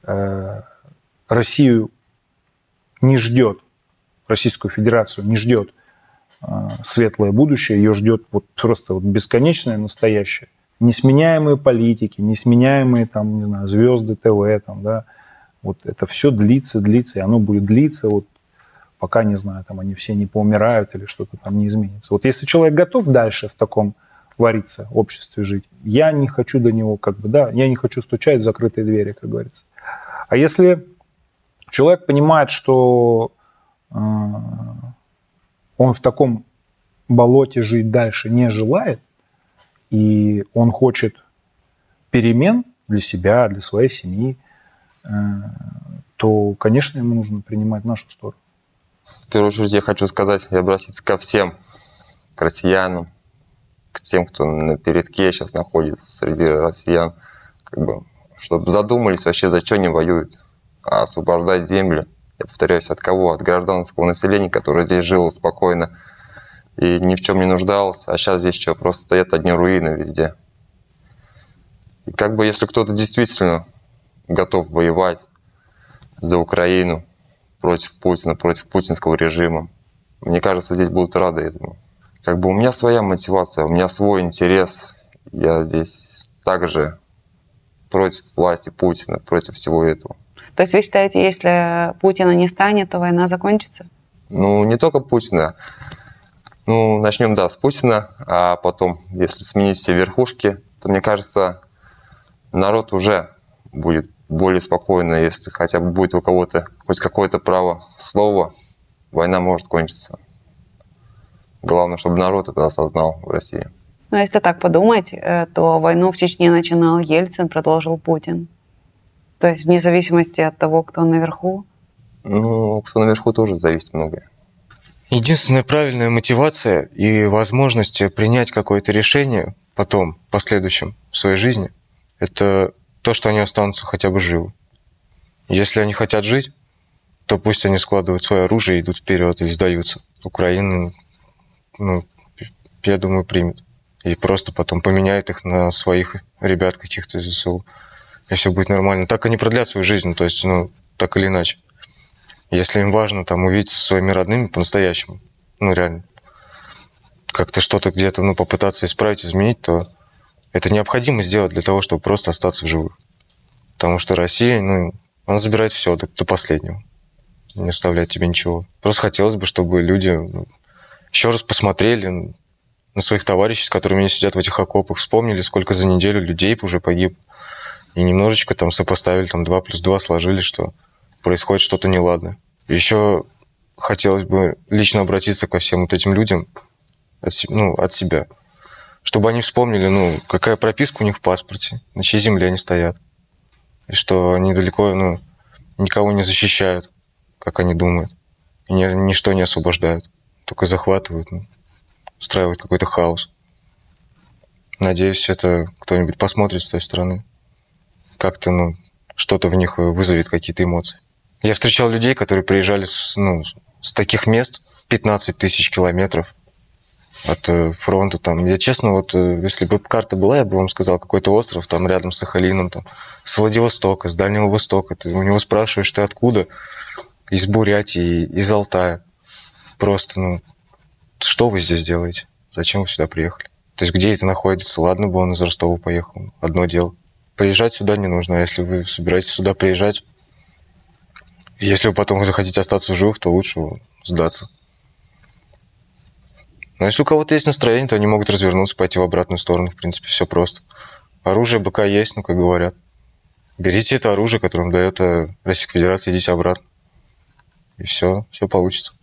Россию не ждет, Российскую Федерацию не ждет светлое будущее, ее ждет вот просто вот бесконечное настоящее. Несменяемые политики, несменяемые там, не знаю, звезды ТВ, там, да, вот это все длится, и оно будет длиться, вот, пока, не знаю, там они все не поумирают или что-то там не изменится. Вот если человек готов дальше в таком вариться обществе жить, я не хочу до него я не хочу стучать в закрытые двери, как говорится. А если человек понимает, что он в таком болоте жить дальше не желает, и он хочет перемен для себя, для своей семьи, то, конечно, ему нужно принимать нашу сторону. В первую очередь я хочу сказать и обратиться ко всем, к россиянам, к тем, кто на передке сейчас находится среди россиян, чтобы задумались вообще, за что они воюют. А освобождать земли, я повторяюсь, от кого? От гражданского населения, которое здесь жило спокойно и ни в чем не нуждалось, а сейчас здесь что, просто стоят одни руины везде. И если кто-то действительно готов воевать за Украину, против Путина, против путинского режима, мне кажется, здесь будут рады этому. У меня своя мотивация, у меня свой интерес. Я здесь также против власти Путина, против всего этого. То есть вы считаете, если Путина не станет, то война закончится? Ну, не только Путина. Ну, начнем, да, с Путина, а потом, если сменить все верхушки, то, мне кажется, народ уже будет более спокойно, если хотя бы будет у кого-то хоть какое-то право слова, война может кончиться. Главное, чтобы народ это осознал в России. Но если так подумать, то войну в Чечне начинал Ельцин, продолжил Путин. То есть вне зависимости от того, кто наверху. Ну, кто наверху, тоже зависит многое. Единственная правильная мотивация и возможность принять какое-то решение потом, в последующем, в своей жизни, это то, что они останутся хотя бы живы. Если они хотят жить, то пусть они складывают свое оружие, идут вперед и сдаются. Украина, ну, я думаю, примет. И просто потом поменяет их на своих ребят каких-то из ЗСУ. И все будет нормально. Так они продлят свою жизнь, то есть, ну, так или иначе. Если им важно там увидеться со своими родными по-настоящему, ну, реально, как-то что-то где-то, ну, попытаться исправить, изменить, то это необходимо сделать для того, чтобы просто остаться в живых. Потому что Россия, ну, она забирает все до последнего. Не оставляет тебе ничего. Просто хотелось бы, чтобы люди еще раз посмотрели на своих товарищей, с которыми они сидят в этих окопах, вспомнили, сколько за неделю людей уже погиб. И немножечко там сопоставили, там 2 + 2 сложили, что происходит что-то неладное. Еще хотелось бы лично обратиться ко всем вот этим людям от себя, чтобы они вспомнили, ну, какая прописка у них в паспорте, на чьей земле они стоят, и что они далеко, ну, никого не защищают, как они думают, и ничто не освобождают, только захватывают, ну, устраивают какой-то хаос. Надеюсь, это кто-нибудь посмотрит с той стороны, как-то, ну, что-то в них вызовет какие-то эмоции. Я встречал людей, которые приезжали с таких мест, 15 тысяч километров от фронта. Там. Я честно, вот если бы карта была, я бы вам сказал, какой-то остров там рядом с Сахалином, там, с Владивостока, с Дальнего Востока. Ты у него спрашиваешь, ты откуда? Из Бурятии, из Алтая. Просто, ну, что вы здесь делаете? Зачем вы сюда приехали? То есть где это находится? Ладно бы он из Ростова поехал, одно дело. Приезжать сюда не нужно, а если вы собираетесь сюда приезжать, если вы потом захотите остаться в живых, то лучше сдаться. Но если у кого-то есть настроение, то они могут развернуться, пойти в обратную сторону. В принципе, все просто. Оружие БК есть, ну, как говорят. Берите это оружие, которое вам дает Российская Федерация, идите обратно. И все получится.